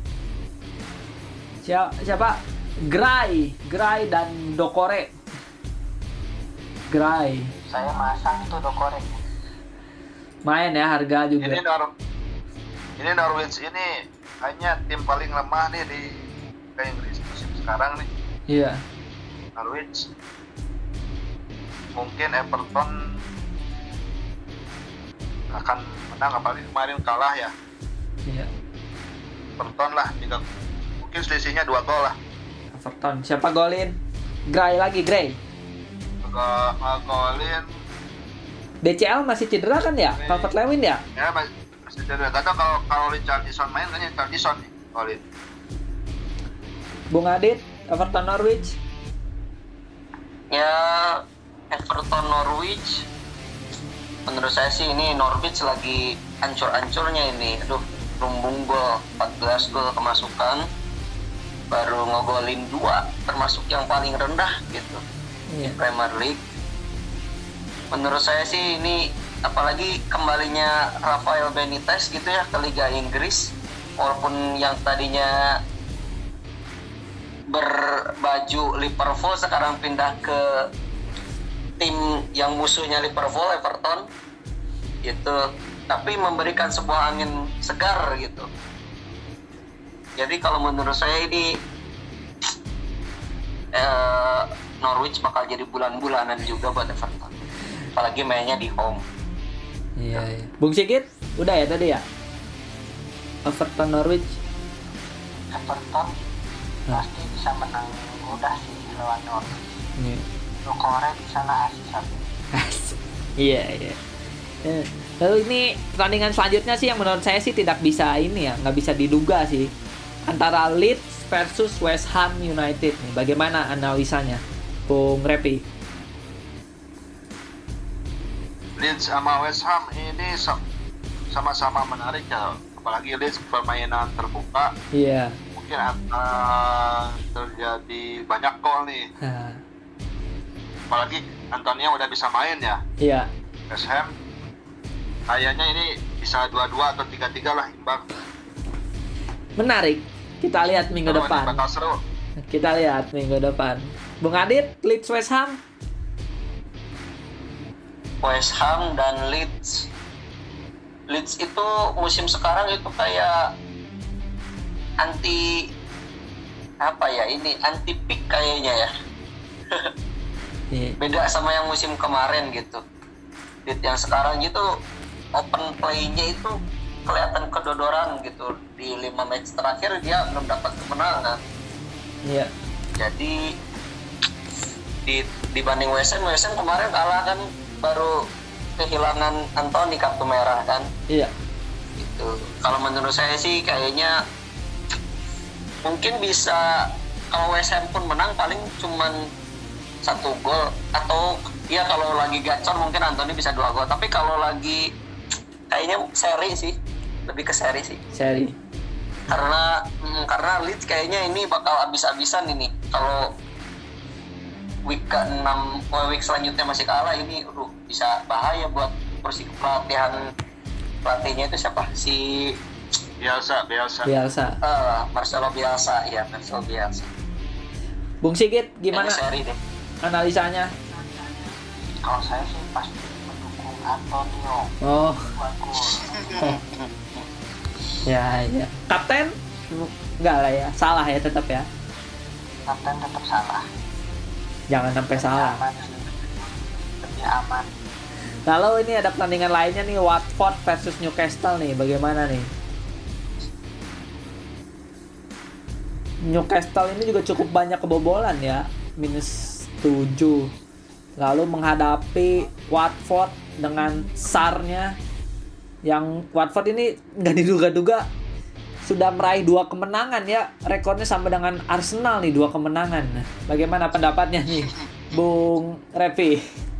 Siapa? siapa? Gray, Gray dan Dokore. Gray. Saya masang tuh Dokore. Main ya, harga juga. Ini Nor ini Norwich ini hanya tim paling lemah nih di Liga Inggris musim sekarang nih. Iya. Norwich. Mungkin Everton akan menang, apalagi kemarin kalah ya. Iya. Everton lah, tiga, mungkin selisihnya dua gol lah. Everton. Siapa golin? Gray lagi, Gray. Juga ngegolin D C L masih cedera kan ya? Gray. Calvert Lewin ya? ya mas- masih cedera. Gak tau kalau kalau Richarlison main kan Richarlison nih golin. Bung Adit, Everton Norwich. Ya Everton Norwich, menurut saya sih ini Norwich lagi ancur-ancurnya ini. Aduh, lumbung gol, empat belas gol kemasukan, baru ngegolin dua, termasuk yang paling rendah gitu di Iya. Premier League. Menurut saya sih ini apalagi kembalinya Rafael Benitez gitu ya ke Liga Inggris, walaupun yang tadinya berbaju Liverpool sekarang pindah ke tim yang musuhnya Liverpool, Everton gitu, tapi memberikan sebuah angin segar gitu. Jadi kalau menurut saya ini eh, Norwich bakal jadi bulan-bulanan juga buat Everton. Apalagi mainnya di home. Iya, iya. Bung Sigit, udah ya tadi ya? Everton Norwich. Everton Hah. pasti bisa menang mudah sih lawan Norwich. Iya. Lokore di sana asis satu. Iya, iya. Eh, Lalu ini pertandingan selanjutnya sih yang menurut saya sih tidak bisa ini ya, nggak bisa diduga sih. Antara Leeds versus West Ham United nih. Bagaimana analisanya, Bung Repi? Leeds sama West Ham ini sa- sama-sama menarik ya, apalagi Leeds permainan terbuka, Iya. mungkin akan terjadi banyak gol nih, Nah, apalagi Antonio udah bisa main ya. iya. West Ham kayaknya ini bisa dua-dua atau tiga-tiga lah, imbang. Menarik. Kita lihat minggu Kalau ini depan. bakal seru. Kita lihat minggu depan. Bung Adit, Leeds West Ham. West Ham dan Leeds. Leeds itu musim sekarang itu kayak anti apa ya ini anti peak kayaknya ya. Iya. Beda sama yang musim kemarin gitu. Leeds yang sekarang gitu open play-nya itu kelihatan kedodoran gitu. Di lima match terakhir dia belum dapat kemenangan. Iya. Jadi di dibanding West Ham, West Ham kemarin kalah kan, baru kehilangan Anthony kartu merah kan. Iya. Gitu. Kalau menurut saya sih kayaknya mungkin bisa, kalau West Ham pun menang paling cuman satu gol, atau ya kalau lagi gacor mungkin Anthony bisa dua gol. Tapi kalau lagi kayaknya seri sih, lebih ke seri sih. Seri. Karena hmm, karena Leeds kayaknya ini bakal abis-abisan ini. Kalau week ke enam, week selanjutnya masih kalah, ini aduh, bisa bahaya buat kursi pelatihan. Pelatihnya itu siapa? Si Biasa, biasa. Biasa. uh, Marcelo Bielsa, ya Marcelo Bielsa. Bung Sigit, gimana Kayaknya seri deh. analisanya? Kalau saya sih pasti mendukung Antonio. Oh, Bagus. ya, ya. Kapten? Enggak lah ya, salah ya tetap ya. Kapten tetap salah. Jangan sampai salah. Aman sih. Lebih aman. Lalu ini ada pertandingan lainnya nih, Watford versus Newcastle nih, bagaimana nih? Newcastle ini juga cukup banyak kebobolan ya, minus tujuh. Lalu menghadapi Watford dengan S A R-nya, yang Watford ini nggak diduga-duga sudah meraih dua kemenangan ya, rekornya sama dengan Arsenal nih, dua kemenangan. Nah, bagaimana pendapatnya nih, Bung Revi?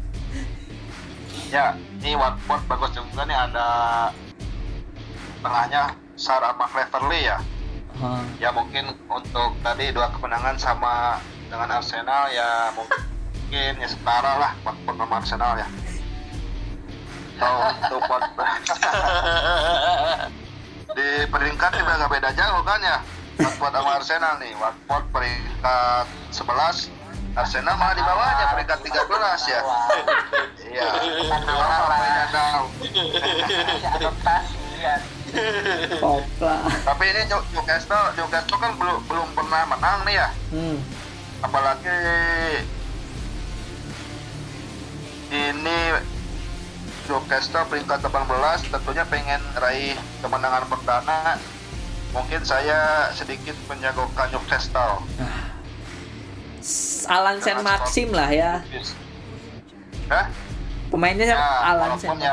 Ya, ini Watford bagus juga nih, ada tengahnya Sar sama Cleverley ya. Huh. Ya mungkin untuk tadi dua kemenangan sama dengan Arsenal ya mungkin ya setara lah Watford sama Arsenal ya. Kalau untuk Watford di peringkat juga nggak beda jauh kan ya, Watford sama Arsenal nih. Watford peringkat sebelas, Arsenal malah di bawahnya peringkat tiga belas ya. Iya. Orang beda jauh. Masih adaptasi ya. Kopla. Tapi ini New- Newcastle, Newcastle kan belum belum pernah menang nih ya. Hmm. Apalagi ini Newcastle peringkat delapan belas, tentunya pengen raih kemenangan perdana. Mungkin saya sedikit menjagokan Newcastle. Alan Saint Maxim lah ya. Hah? Pemainnya Ya, Alan walaupun Saint. ya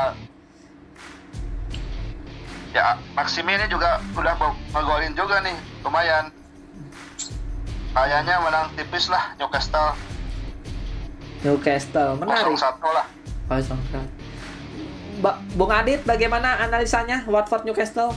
Ya, Maxim ini juga udah ngegolin juga nih, lumayan. Kayaknya menang tipis lah Newcastle. Newcastle menarik. nol satu lah. Kosong satu. Ba- Bung Adit, bagaimana analisanya Watford Newcastle?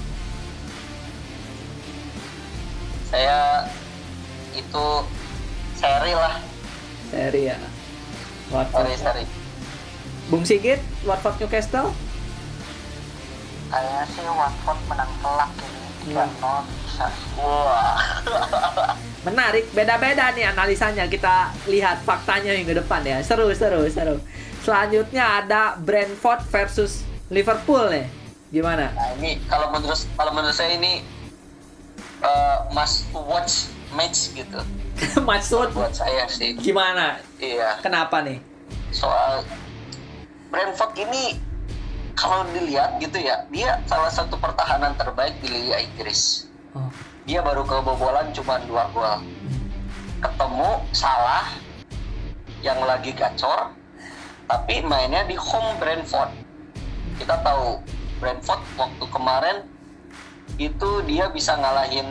Saya itu seri lah, Seri ya. Watford. seri seri. Bung Sigit, Watford Newcastle? Kayaknya sih Watford menang telak ini. tiga nol bisa. Wah. Menarik, beda-beda nih analisanya. Kita lihat faktanya minggu depan ya. Seru, seru, seru. Selanjutnya ada Brentford versus Liverpool nih. Gimana? Nah ini kalau menurut kalau menurut saya ini uh, must watch match gitu. Maksud Buat saya sih. gimana? Iya. Kenapa nih? Soal Brentford ini kalau dilihat gitu ya, dia salah satu pertahanan terbaik di Liga Inggris. Oh. Dia baru kebobolan cuma dua gol. Ketemu Salah yang lagi gacor, tapi mainnya di home Brentford. Kita tahu Brentford waktu kemarin itu dia bisa ngalahin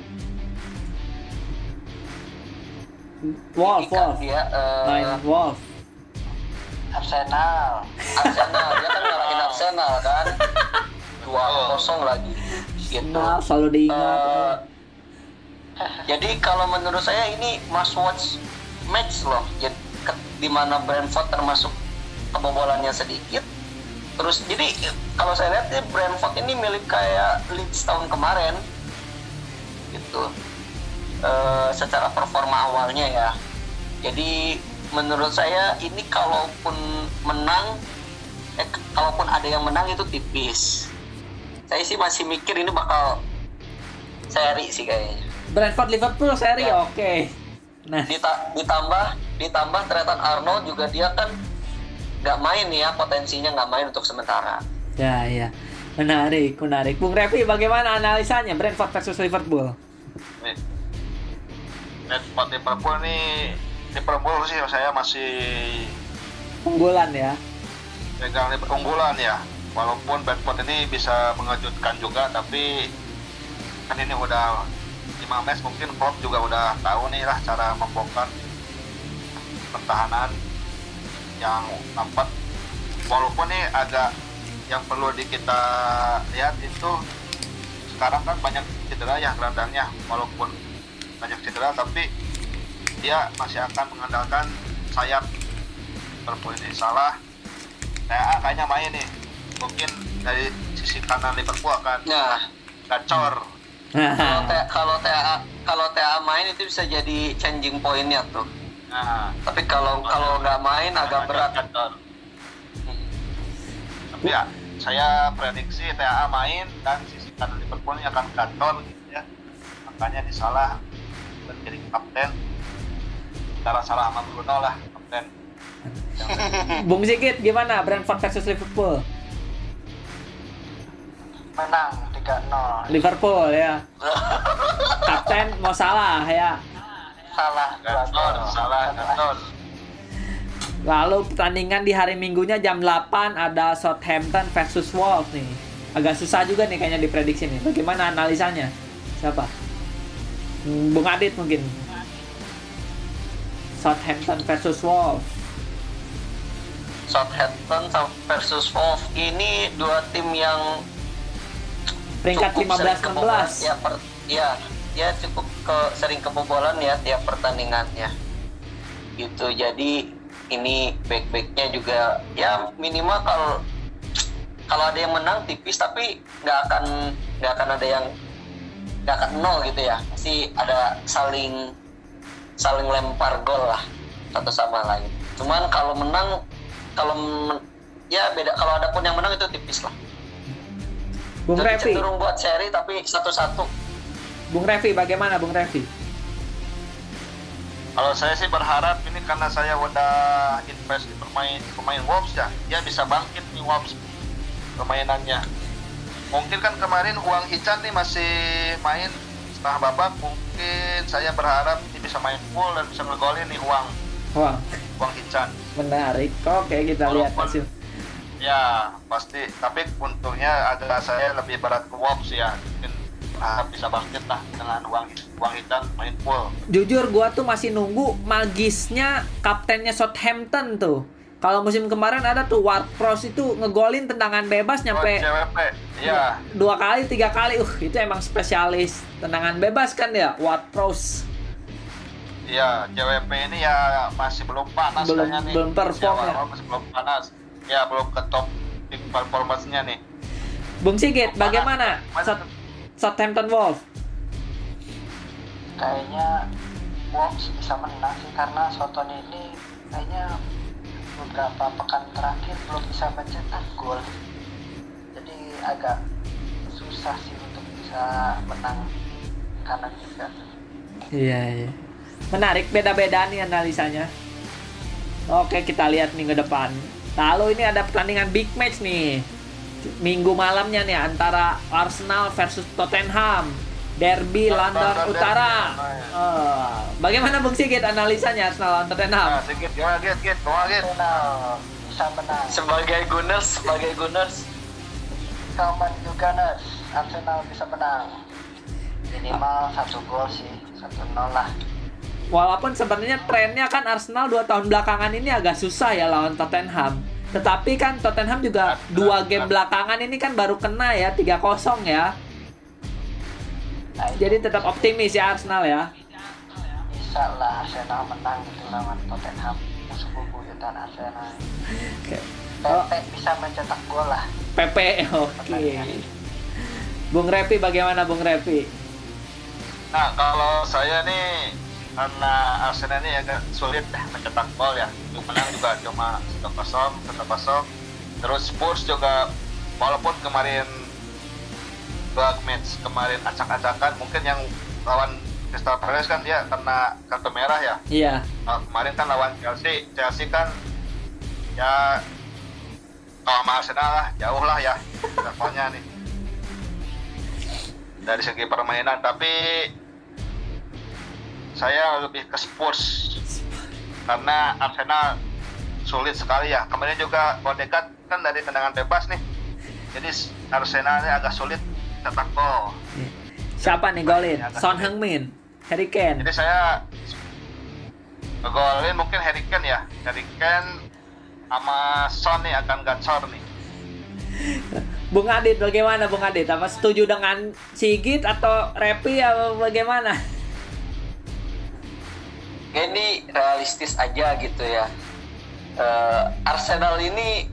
Wolf, ini kan Wolf. dia eh, Main Wolf. Arsenal. Arsenal, dia kan ngalahin Arsenal kan dua kosong lagi gitu. Nah, selalu diingat. Eh, jadi kalau menurut saya ini must watch match loh. Jadi ke- di mana Brentford termasuk kebobolannya sedikit. Terus jadi kalau saya lihat ya, Brentford ini milik kayak Leeds tahun kemarin gitu. Eh, secara performa awalnya ya. Jadi menurut saya ini kalaupun menang, eh, kalaupun ada yang menang itu tipis. Saya sih masih mikir ini bakal seri sih kayaknya. Brentford Liverpool seri Ya. oke. Nah, Dita- ditambah ditambah Trent Arnold juga dia kan nggak main ya, potensinya nggak main untuk sementara. ya ya. Menarik, menarik. Bung Revi, bagaimana analisanya Brentford versus Liverpool? Nih, Brentford Liverpool nih, Liverpool sih saya masih Unggulan ya. pegang Liverpool unggulan ya. Walaupun Brentford ini bisa mengejutkan juga, tapi kan ini udah lima match, mungkin Klopp juga udah tahu nih lah cara membongkar pertahanan yang rapat. Walaupun nih agak yang perlu di kita lihat itu sekarang kan banyak cedera ya gelandangnya, walaupun banyak cedera tapi dia masih akan mengandalkan sayap. Liverpool ini Salah, T A kayaknya main nih, mungkin dari sisi kanan Liverpool akan Nah, gacor. kalau T- kalau T A kalau T A main itu bisa jadi changing point-nya tuh. Nah, Tapi kalau kalau nggak main agak berat. gacor. Tapi ya, saya prediksi T A main dan sisi kanan Liverpool ini akan gacor gitu ya. Makanya di Salah menjadi kapten. Antara Salah sama Bruno lah kapten. Bung Sigit, gimana Brentford versus Liverpool? Menang tiga nol. Liverpool ya. Kapten mau salah ya. Salah dua Gacor, gol. Salah gacor. Lalu pertandingan di hari Minggunya jam delapan ada Southampton versus Wolves nih. Agak susah juga nih kayaknya diprediksi nih. Bagaimana analisanya? Siapa? Hmm, Bung Adit mungkin. Southampton versus Wolves. Southampton versus Wolves ini dua tim yang Peringkat cukup lima belas sering enam kebobolan. belas. Ya, per, ya, dia cukup ke sering kebobolan ya tiap pertandingannya. Gitu. Jadi ini back-backnya juga ya minimal kalau kalau ada yang menang tipis, tapi nggak akan nggak akan ada yang nggak akan nol gitu ya. Pasti ada saling saling lempar gol lah satu sama lain. Cuman kalau menang kalau men- ya beda, kalau ada pun yang menang itu tipis lah. Bung Jadi Revi. cenderung buat seri tapi satu-satu. Bung Revi bagaimana Bung Revi? Kalau saya sih berharap ini karena saya udah invest di pemain pemain Wolves ya, dia bisa bangkit nih Wolves permainannya. Mungkin kan kemarin Huang Hichan nih masih main setengah babak, mungkin saya berharap ini bisa main full dan bisa ngegolin nih Huang Wah, Huang Hichan. menarik. Oke, kita lihat Walaupun- hasil. Ya pasti, tapi untungnya agak saya lebih berat ke Wolves ya, mungkin berharap bisa bangkit lah dengan Huang Huang Hichan main full. Jujur gua tuh masih nunggu magisnya kaptennya Southampton tuh. Kalau musim kemarin ada tuh Ward-Prowse itu ngegolin tendangan bebas nyampe Oh, C W P, iya. dua kali, tiga kali. Uh, itu emang spesialis tendangan bebas kan ya, Ward-Prowse. Iya, C W P ini ya masih belum panas Belum- kayaknya nih. belum perform Masih ya. awal-awal masih belum panas. Ya, belum ke top peak performance-nya nih. Bung Sigit, Belum bagaimana panas. Sout- Southampton Wolves? Kayaknya Wolves bisa menang sih karena Soton ini kayaknya beberapa pekan terakhir belum bisa mencetak gol. Jadi agak susah sih untuk bisa menang kanan juga. Iya, iya. Menarik, beda-beda nih analisanya. Oke, kita lihat minggu depan. Lalu ini ada pertandingan big match nih. Minggu malamnya nih antara Arsenal versus Tottenham. Derby London, London Utara. Derby. Oh, iya. Eh, bagaimana Bung Sigit analisanya Arsenal lawan Tottenham? Nah, sedikit gimana Git, Git, doa Git. Arsenal bisa menang. Sebagai Gunners, sebagai Gunners, Common juga Gunners. Arsenal bisa menang. Minimal satu gol sih, satu nol lah. Walaupun sebenarnya trennya kan Arsenal dua tahun belakangan ini agak susah ya lawan Tottenham. Tetapi kan Tottenham juga dua game belakangan ini kan baru kena ya tiga kosong ya. Nah, itu Jadi tetap optimis ya Arsenal ya. bisa lah Arsenal menang gitu lawan Tottenham. Musuh bebuyutan Arsenal. Oke. Oh, Pepe bisa mencetak gol lah. P P, oke. Bung Repi bagaimana Bung Repi? Nah, kalau saya nih karena Arsenal ini agak sulit ya mencetak gol ya. Untuk menang juga cuma satu kosong, satu kosong. Terus Spurs juga walaupun kemarin dua match kemarin acak-acakan, mungkin yang lawan Crystal Palace kan dia kena kartu merah ya. Iya. Nah, kemarin kan lawan Chelsea, Chelsea kan ya kalau sama Arsenal lah, jauh lah ya levelnya nih dari segi permainan, tapi saya lebih ke Spurs karena Arsenal sulit sekali ya. Kemarin juga Odegaard kan dari tendangan bebas nih, jadi Arsenal ini agak sulit cetak gol. Siapa nih golin? Son Heung-min, Harry Kane. Jadi saya ngegolin mungkin Harry Kane ya, Harry Kane sama Son nih akan gacor nih. Bung Adit bagaimana Bung Adit? Apa setuju dengan Sigit atau Repi atau bagaimana? ini realistis aja gitu ya. Eh, Arsenal ini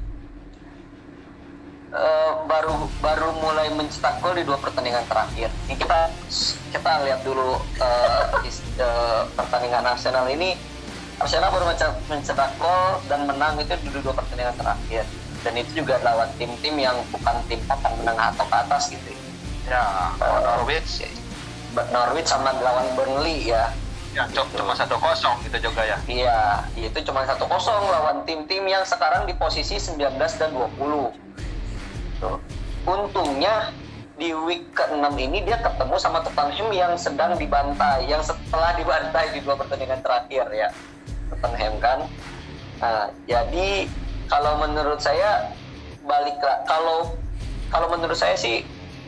eh, baru baru mulai mencetak gol di dua pertandingan terakhir. Ini kita kita lihat dulu eh, is- eh, pertandingan Arsenal ini. Arsenal baru mencetak, mencetak gol dan menang itu di dua pertandingan terakhir. Dan itu juga lawan tim-tim yang bukan tim papan menengah atau ke atas gitu. Ya, lawan Norwich. Norwich sama lawan Burnley ya. Ya, cu- cuma satu kosong gitu juga ya. Iya, itu cuma satu kosong lawan tim-tim yang sekarang di posisi sembilan belas dan dua puluh. Tuh. Untungnya di week keenam ini dia ketemu sama Tottenham yang sedang dibantai, yang setelah dibantai di dua pertandingan terakhir ya. Tottenham kan. Nah, jadi kalau menurut saya baliklah kalau kalau menurut saya sih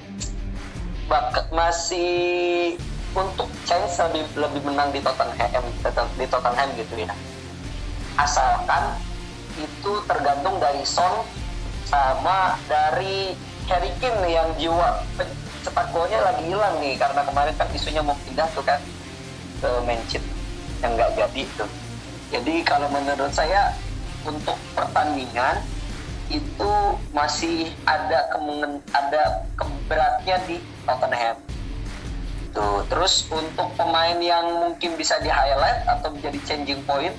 bak- masih untuk chance lebih, lebih menang di Tottenham di Tottenham gitu ya. Asalkan itu tergantung dari Son sama dari Harry Kane yang jiwa cetak golnya lagi hilang nih, karena kemarin kan isunya mau pindah tuh kan ke Manchester yang nggak jadi tuh. Jadi kalau menurut saya untuk pertandingan itu masih ada kemungkinan ada keberatnya di Tottenham. Tuh, terus untuk pemain yang mungkin bisa di-highlight atau menjadi changing point,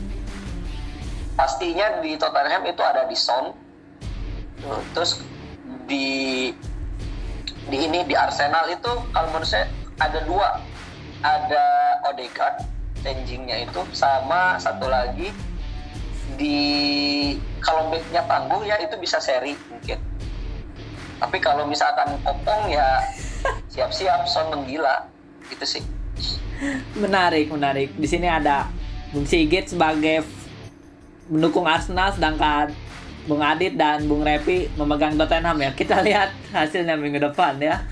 pastinya di Tottenham itu ada di Son. Tuh, terus di di ini di Arsenal itu kalau menurut saya ada dua, ada Odegaard changingnya itu, sama satu lagi di kalau backnya tangguh ya itu bisa seri mungkin. Tapi kalau misalkan kopong ya siap-siap Son menggila gitu sih. Menarik, menarik. Di sini ada Bung Sigit sebagai f- mendukung Arsenal, sedangkan Bung Adit dan Bung Repi memegang Tottenham ya. Kita lihat hasilnya minggu depan ya.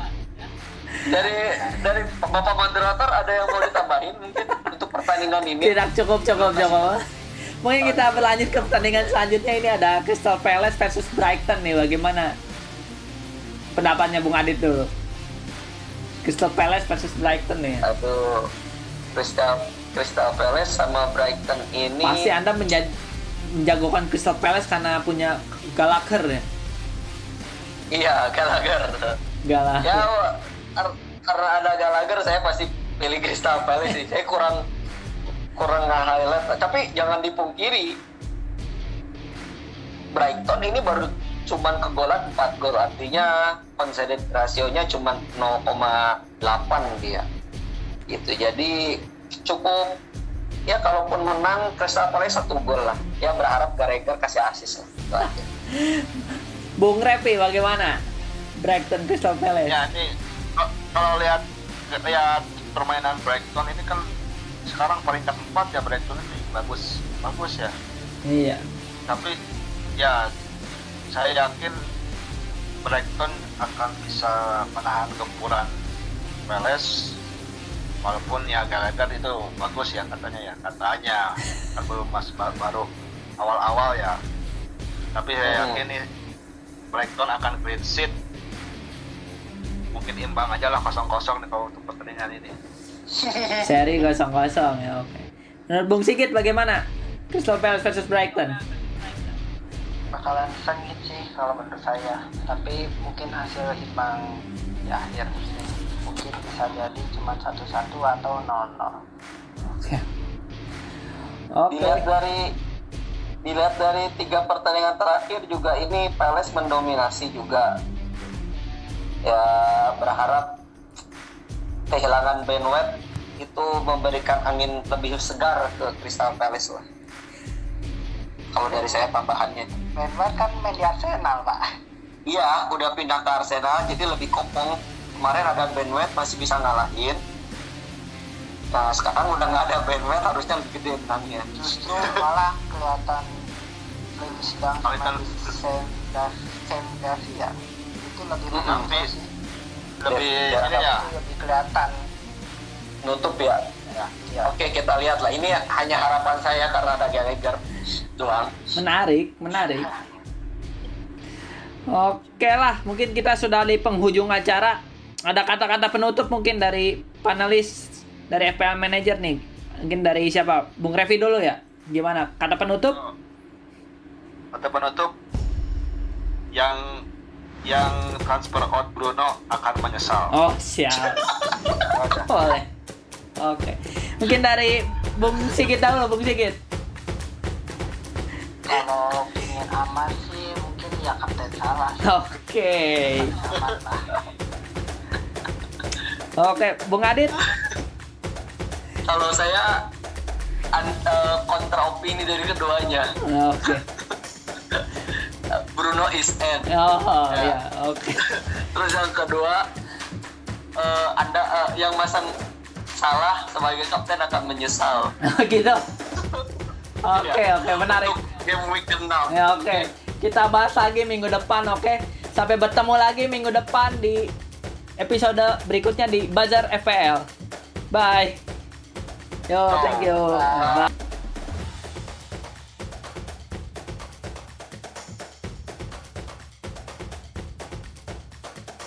Dari dari Bapak moderator ada yang mau ditambahin mungkin untuk pertandingan ini? Tidak cukup, cukup, cukup. Mungkin kita berlanjut ke pertandingan selanjutnya. Ini ada Crystal Palace versus Brighton nih. Bagaimana pendapatnya Bung Adit dulu? Crystal Palace versus Brighton nih. Aduh, Crystal Crystal Palace sama Brighton ini. Pasti Anda menja- menjagokan Crystal Palace karena punya Gallagher ya. Iya, Gallagher. Gallagher. Ya, kar- karena ada Gallagher saya pasti pilih Crystal Palace sih. Saya kurang kurang nge-highlight, tapi jangan dipungkiri Brighton ini baru cuman kegolan empat gol, artinya conceded rasionya cuman nol koma delapan dia. Gitu. Jadi cukup ya, kalaupun menang Crystal Palace satu gol lah. Ya berharap Gallagher kasih assist lah. Itu aja. Bung Repi bagaimana? Brighton Crystal Palace. Ya ini k- kalau lihat lihat permainan Brighton ini kan sekarang peringkat empat ya, Brighton ini bagus bagus ya. Iya. Tapi ya saya yakin Brighton akan bisa menahan gempuran Palace, walaupun ya Gallagher itu bagus ya katanya ya katanya kan belum mas baru awal-awal ya. Tapi saya yakin nih Brighton akan clean sheet. Mungkin imbang aja lah kosong kosong nih kalau untuk pertandingan ini. Seri kosong kosong ya, oke. Menurut Bung Sigit bagaimana? Crystal Palace versus Brighton. Bakalan sengit sih kalau menurut saya, tapi mungkin hasil imbang di akhir musim mungkin bisa jadi cuma satu satu atau nol nol. Oke. Oke. Dilihat dari dilihat dari tiga pertandingan terakhir juga ini Palace mendominasi juga. Ya berharap kehilangan Ben White itu memberikan angin lebih segar ke Crystal Palace lah. Kalau dari saya tambahannya. Ben White kan main di Arsenal, Pak. Iya, udah pindah ke Arsenal jadi lebih kopong. Kemarin ada Ben White masih bisa ngalahin. Nah sekarang udah nggak ada Ben White, harusnya lebih gede menangnya. Justru malah kelihatan lebih sedang Kelihatan- Sam Sam Garcia itu lebih Mm-mm. menonjol sih. Lebih Ya, ini ya. Itu lebih kelihatan. Nutup ya. Ya, ya. Oke, kita lihat lah. Ini hanya harapan saya karena ada Gallagher doang. Menarik, menarik. Oke lah, mungkin kita sudah di penghujung acara. Ada kata-kata penutup mungkin dari panelis dari F P L Manager nih. Mungkin dari siapa? Bung Revi dulu ya. Gimana? Kata penutup? Kata penutup, yang yang transfer out Bruno akan menyesal. Oh, siap. Boleh. Oke. Mungkin dari Bung Sigit dulu, Bung Sigit. Kalau ingin aman sih mungkin ya Kapten Salah sih. Oke. Aman lah. Oke, Bung Adit. Kalau saya an- eh, kontra opini dari keduanya. Oke. Bruno is in. Oh, Ya. ya, oke. Terus yang kedua, eh, Anda eh, yang masang Salah sebagai kapten akan menyesal. Gitu. Oke, oke, menarik. Untuk game week enam. Ya, oke. Kita bahas lagi minggu depan, oke? Sampai bertemu lagi minggu depan di episode berikutnya di Buzzer F P L. Bye. Yo, thank you. Bye. Bye.